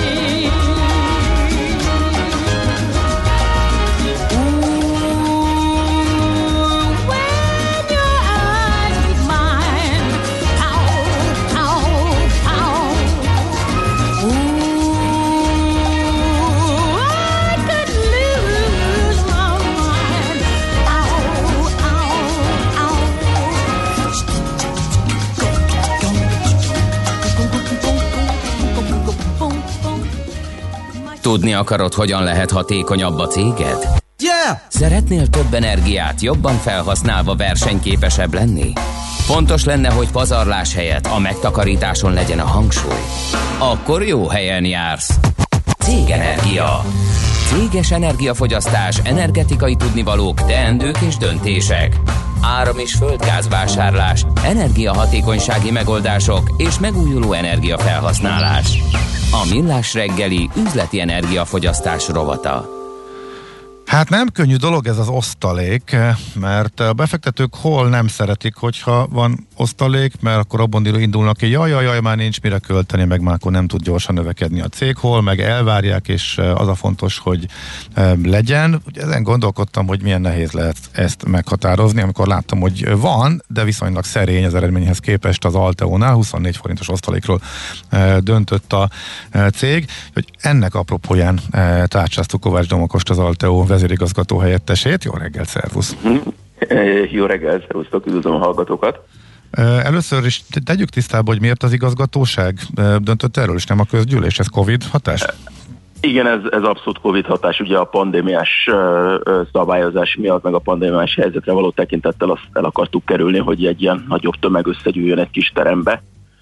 Tudni akarod, hogyan lehet hatékonyabb a céged? Yeah! Szeretnél több energiát jobban felhasználva versenyképesebb lenni? Fontos lenne, hogy pazarlás helyett a megtakarításon legyen a hangsúly. Akkor jó helyen jársz. Cégenergia. Céges energiafogyasztás, energetikai tudnivalók, teendők és döntések. Áram- és földgázvásárlás, energiahatékonysági megoldások és megújuló energiafelhasználás. A Millás reggeli üzleti energiafogyasztás rovata. Hát nem könnyű dolog ez az osztalék, mert a befektetők hol nem szeretik, hogyha van osztalék, mert akkor abban indulnak ki, jaj, már nincs mire költeni, meg már akkor nem tud gyorsan növekedni a cég, hol meg elvárják, és az a fontos, hogy legyen. Ugye ezen gondolkodtam, hogy milyen nehéz lehet ezt meghatározni, amikor láttam, hogy van, de viszonylag szerény az eredményhez képest az Alteónál, 24 forintos osztalékról döntött a cég, hogy ennek apropóján tárcsáztuk Kovács Domokost, az Alteó vezérigazgató helyettesét. Jó reggelt, szervusz! Jó reggelt, szervusztok, üdvözlöm a hallgatókat! Először is tegyük tisztába, hogy miért az igazgatóság döntött erről, és nem a közgyűlés, ez Covid hatás? Igen, ez abszolút Covid hatás, ugye a pandémiás szabályozás miatt, meg a pandémiás helyzetre való tekintettel azt el akartuk kerülni, hogy egy ilyen nagyobb tömeg összegyűjjön egy kis terembe,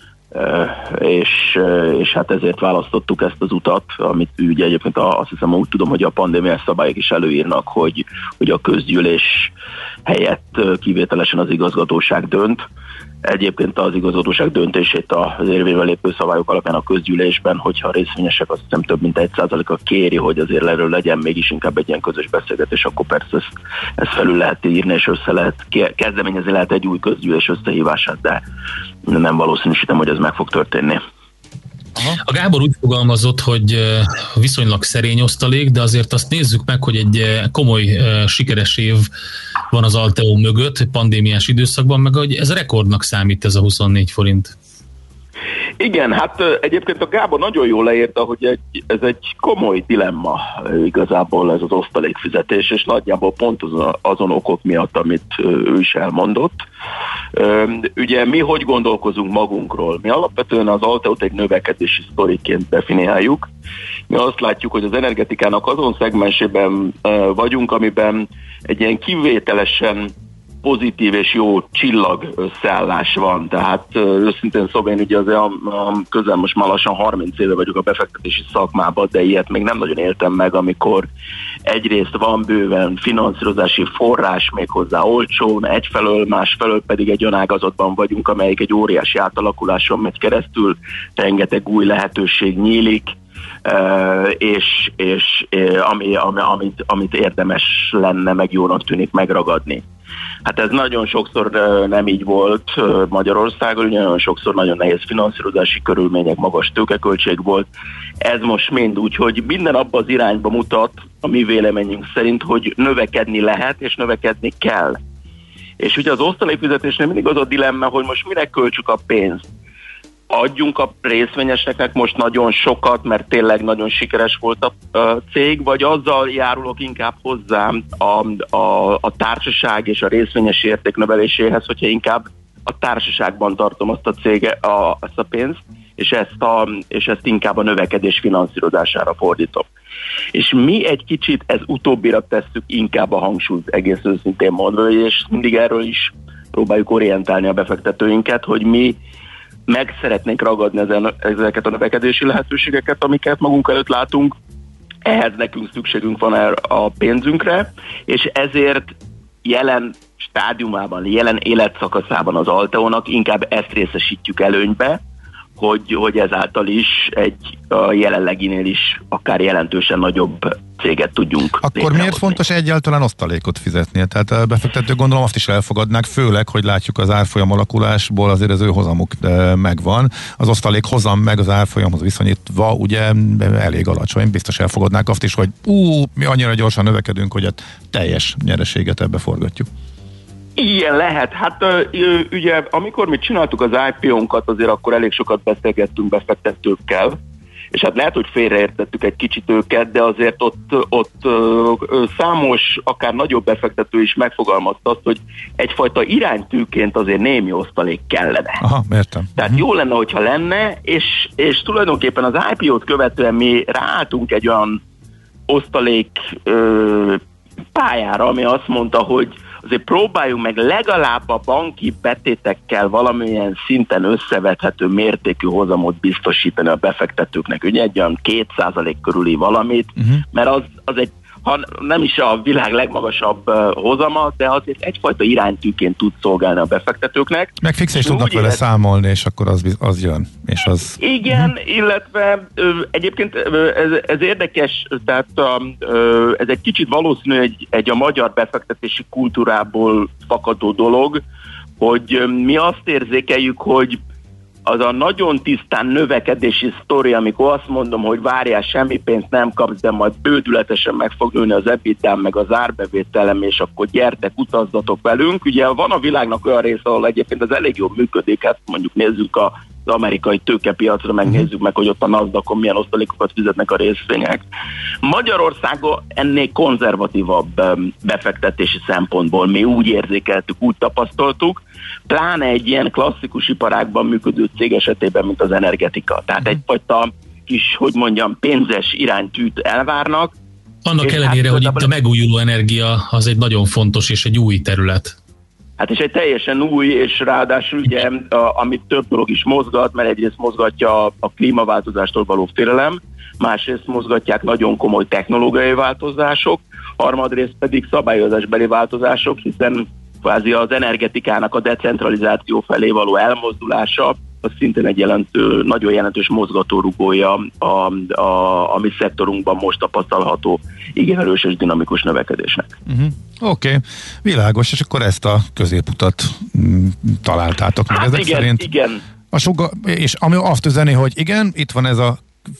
és hát ezért választottuk ezt az utat, amit ugye egyébként azt hiszem, úgy tudom, hogy a pandémiás szabályok is előírnak, hogy a közgyűlés helyett kivételesen az igazgatóság dönt. Egyébként az igazgatóság döntését az érvényben lépő szabályok alapján a közgyűlésben, hogyha a részvényesek azt hiszem több mint 1%-a kéri, hogy azért erről legyen mégis inkább egy ilyen közös beszélgetés, akkor persze ezt felül lehet írni, és össze lehet kezdeményezni, lehet egy új közgyűlés összehívását, de nem valószínűsítem, hogy ez meg fog történni. A Gábor úgy fogalmazott, hogy viszonylag szerény osztalék, de azért azt nézzük meg, hogy egy komoly, sikeres év van az Alteó mögött, pandémiás időszakban, meg hogy ez rekordnak számít ez a 24 forint. Igen, hát egyébként a Gábor nagyon jól leírta, hogy ez egy komoly dilemma igazából ez az osztalékfizetés, és nagyjából pont azon okok miatt, amit ő is elmondott. Ugye mi hogy gondolkozunk magunkról? Mi alapvetően az Alteót egy növekedési sztoriként definiáljuk. Mi azt látjuk, hogy az energetikának azon szegmensében vagyunk, amiben egy ilyen kivételesen pozitív és jó csillag összeállás van. Tehát őszintén szóval én ugye azért közel most már lassan 30 éve vagyok a befektetési szakmában, de ilyet még nem nagyon éltem meg, amikor egyrészt van bőven finanszírozási forrás, méghozzá olcsón, egyfelől, másfelől pedig egy olyan ágazatban vagyunk, amelyik egy óriási átalakuláson megy keresztül, rengeteg új lehetőség nyílik, és amit érdemes lenne, meg jónak tűnik megragadni. Hát ez nagyon sokszor nem így volt Magyarországon, nagyon sokszor nagyon nehéz finanszírozási körülmények, magas tőkeköltség volt. Ez most mind úgy, hogy minden abba az irányba mutat, a mi véleményünk szerint, hogy növekedni lehet és növekedni kell. És ugye az osztalékfizetésnél mindig az a dilemma, hogy most mire költsük a pénzt. Adjunk a részvényeseknek most nagyon sokat, mert tényleg nagyon sikeres volt a cég, vagy azzal járulok inkább hozzá a társaság és a részvényes érték növeléséhez, hogyha inkább a társaságban tartom azt a azt a pénzt, és ezt inkább a növekedés finanszírozására fordítom. És mi egy kicsit ez utóbbira tesszük inkább a hangsúlyt, egész őszintén mondva, és mindig erről is próbáljuk orientálni a befektetőinket, hogy mi meg szeretnénk ragadni ezeket a növekedési lehetőségeket, amiket magunk előtt látunk. Ehhez nekünk szükségünk van a pénzünkre, és ezért jelen stádiumában, jelen életszakaszában az Alteónak inkább ezt részesítjük előnybe, hogy ezáltal is a jelenleginél is akár jelentősen nagyobb céget tudjunk. Akkor miért fontos egyáltalán osztalékot fizetnie? Tehát a befektetők gondolom azt is elfogadnák, főleg, hogy látjuk az árfolyam alakulásból azért az ő hozamuk megvan. Az osztalék hozam meg az árfolyamhoz viszonyítva ugye elég alacsony. Biztos elfogadnák azt is, hogy mi annyira gyorsan növekedünk, hogy a teljes nyereséget ebbe forgatjuk. Ilyen lehet. Hát ugye amikor mi csináltuk az IPO-nkat, azért akkor elég sokat beszélgettünk befektetőkkel, és hát lehet, hogy félreértettük egy kicsit őket, de azért ott számos, akár nagyobb befektető is megfogalmazta azt, hogy egyfajta iránytűként azért némi osztalék kellene. Aha, értem. Tehát jó lenne, hogyha lenne, és tulajdonképpen az IPO-t követően mi ráálltunk egy olyan osztalék pályára, ami azt mondta, hogy azért próbáljunk meg legalább a banki betétekkel valamilyen szinten összevethető mértékű hozamot biztosítani a befektetőknek. Ugye egy olyan 2% körüli valamit, mert az egy, ha nem is a világ legmagasabb hozama, de azért egyfajta iránytűként tud szolgálni a befektetőkez. Meg fix is tudnak vele számolni, és akkor az jön. És az... Igen, illetve egyébként ez érdekes, tehát ez egy kicsit valószínű egy a magyar befektetési kultúrából fakadó dolog, hogy mi azt érzékeljük, hogy az a nagyon tisztán növekedési sztori, amikor azt mondom, hogy várjál, semmi pénzt nem kapsz, de majd bődületesen meg fog nőni az EBITDA-m, meg az árbevételem, és akkor gyertek, utazzatok velünk. Ugye van a világnak olyan része, ahol egyébként az elég jól működik, hát mondjuk nézzük az amerikai tőkepiacra, megnézzük meg, hogy ott a NASDAQ-on milyen osztalékokat fizetnek a részvények. Magyarországon ennél konzervatívabb befektetési szempontból mi úgy érzékeltük, úgy tapasztaltuk, pláne egy ilyen klasszikus iparágban működő cég esetében, mint az energetika. Tehát egyfajta kis, hogy mondjam, pénzes iránytűt elvárnak. Annak ellenére, hogy itt a megújuló energia az egy nagyon fontos és egy új terület. Hát és egy teljesen új, és ráadásul ugye, amit több dolog is mozgat, mert egyrészt mozgatja a klímaváltozástól való félelem, másrészt mozgatják nagyon komoly technológiai változások, harmadrészt pedig szabályozásbeli változások, hiszen kvázi az energetikának a decentralizáció felé való elmozdulása, az szintén egy nagyon jelentős mozgatórugója a mi szektorunkban most tapasztalható igen erős és dinamikus növekedésnek. Oké, világos, és akkor ezt a középutat találtátok meg. Hát ezek igen, szerint igen. És ami azt üzeni, hogy igen, itt van ez a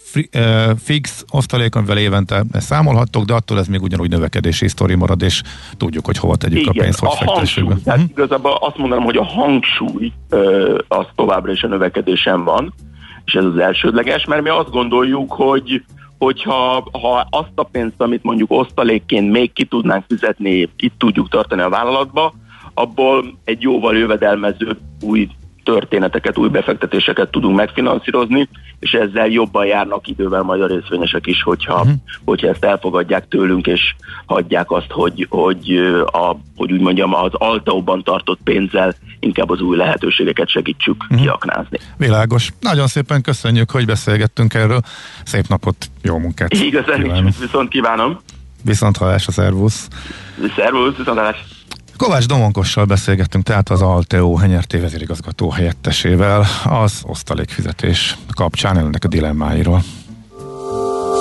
fix osztalék, amivel évente számolhattok, de attól ez még ugyanúgy növekedési sztori marad, és tudjuk, hogy hova tegyük a pénzt, hogy fektessük be. Tehát igazából azt mondanám, hogy a hangsúly az továbbra is a növekedésen van, és ez az elsődleges, mert mi azt gondoljuk, hogyha azt a pénzt, amit mondjuk osztalékként még ki tudnánk fizetni, itt tudjuk tartani a vállalatba, abból egy jóval jövedelmezőbb új történeteket, új befektetéseket tudunk megfinanszírozni, és ezzel jobban járnak idővel majd a részvényesek is, hogyha ezt elfogadják tőlünk, és hagyják azt, hogy úgy mondjam, az Alteóban tartott pénzzel inkább az új lehetőségeket segítsük kiaknázni. Világos. Nagyon szépen köszönjük, hogy beszélgettünk erről. Szép napot, jó munkát! Igazán, viszont kívánom! Viszont hallásra, szervusz! Szervusz, viszont hallás! Kovács Domonkossal beszélgettünk tehát az Alteo Henyerté vezérigazgató helyettesével az osztalékfizetés kapcsán ennek a dilemmáiról.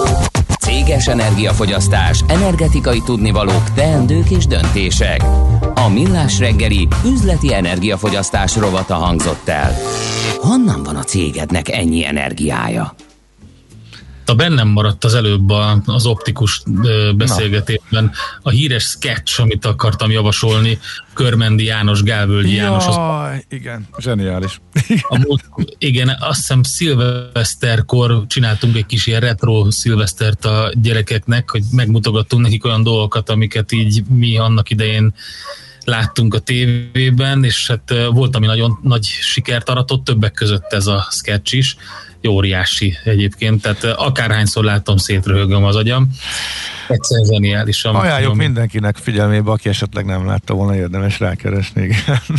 Céges energiafogyasztás, energetikai tudnivalók, teendők és döntések. A Millás reggeli üzleti energiafogyasztás rovata hangzott el. Honnan van a cégednek ennyi energiája? Bennem maradt az előbb az optikus beszélgetésben a híres sketch, amit akartam javasolni, Körmendi János, Gálvölgyi János. Igen, zseniális. Igen, azt hiszem szilveszterkor csináltunk egy kis ilyen retro szilvesztert a gyerekeknek, hogy megmutogattunk nekik olyan dolgokat, amiket így mi annak idején láttunk a tévében, és hát volt, ami nagyon nagy sikert aratott, többek között ez a sketch is. Óriási egyébként, tehát akárhányszor látom, szétröhögöm az agyam. Egyszerűen zseniálisan. Ajánljuk mindenkinek figyelmébe, aki esetleg nem látta volna, érdemes rákeresni.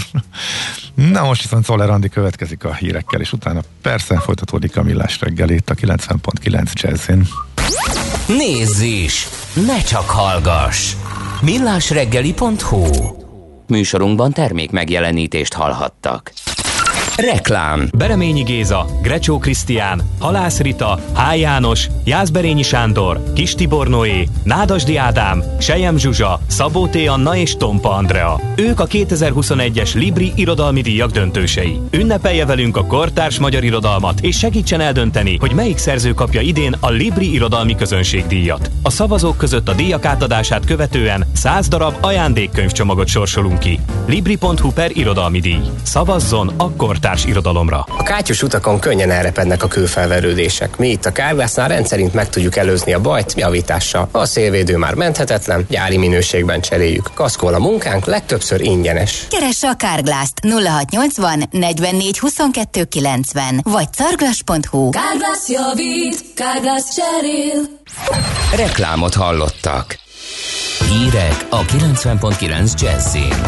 Na most viszont Czoller Andi következik a hírekkel, és utána persze folytatódik a Millás reggel itt a 90.9 Jazzin. Nézz is! Ne csak hallgass! millásreggeli.hu. Műsorunkban termék megjelenítést hallhattak. Reklám. Bereményi Géza, Grecsó Krisztián, Halász Rita, H. János, Jászberényi Sándor, Kis Tibor Noé, Nádasdi Ádám, Sejem Zsuzsa, Szabó T. Anna és Tompa Andrea. Ők a 2021-es Libri irodalmi díjak döntősei. Ünnepelje velünk a kortárs magyar irodalmat, és segítsen eldönteni, hogy melyik szerző kapja idén a Libri irodalmi közönségdíjat. A szavazók között a díjak átadását követően 100 darab ajándékkönyvcsomagot sorsolunk ki. Libri.hu/irodalmi díj. Szavazzon a kortárs irodalomra. A kátyus utakon könnyen elrepednek a kőfelverődések. Mi itt a Carglassnál rendszerint meg tudjuk előzni a bajt javítással. A szélvédő már menthetetlen, gyári minőségben cseréljük. Kaszkol a munkánk, legtöbbször ingyenes. Keresse a Carglass-t 0680 44 22 90 vagy carglass.hu. Carglass javít, Carglass cserél. Reklámot hallottak. Hírek a 90.9 Jazzin.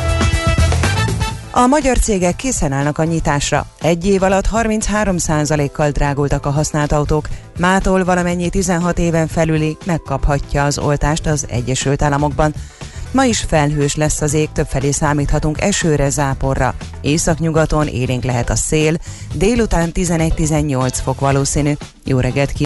A magyar cégek készen állnak a nyitásra. Egy év alatt 33%-kal drágultak a használt autók. Mától valamennyi 16 éven felüli megkaphatja az oltást az Egyesült Államokban. Ma is felhős lesz az ég, többfelé számíthatunk esőre, záporra. Északnyugaton élénk lehet a szél, délután 11-18 fok valószínű. Jó reggelt!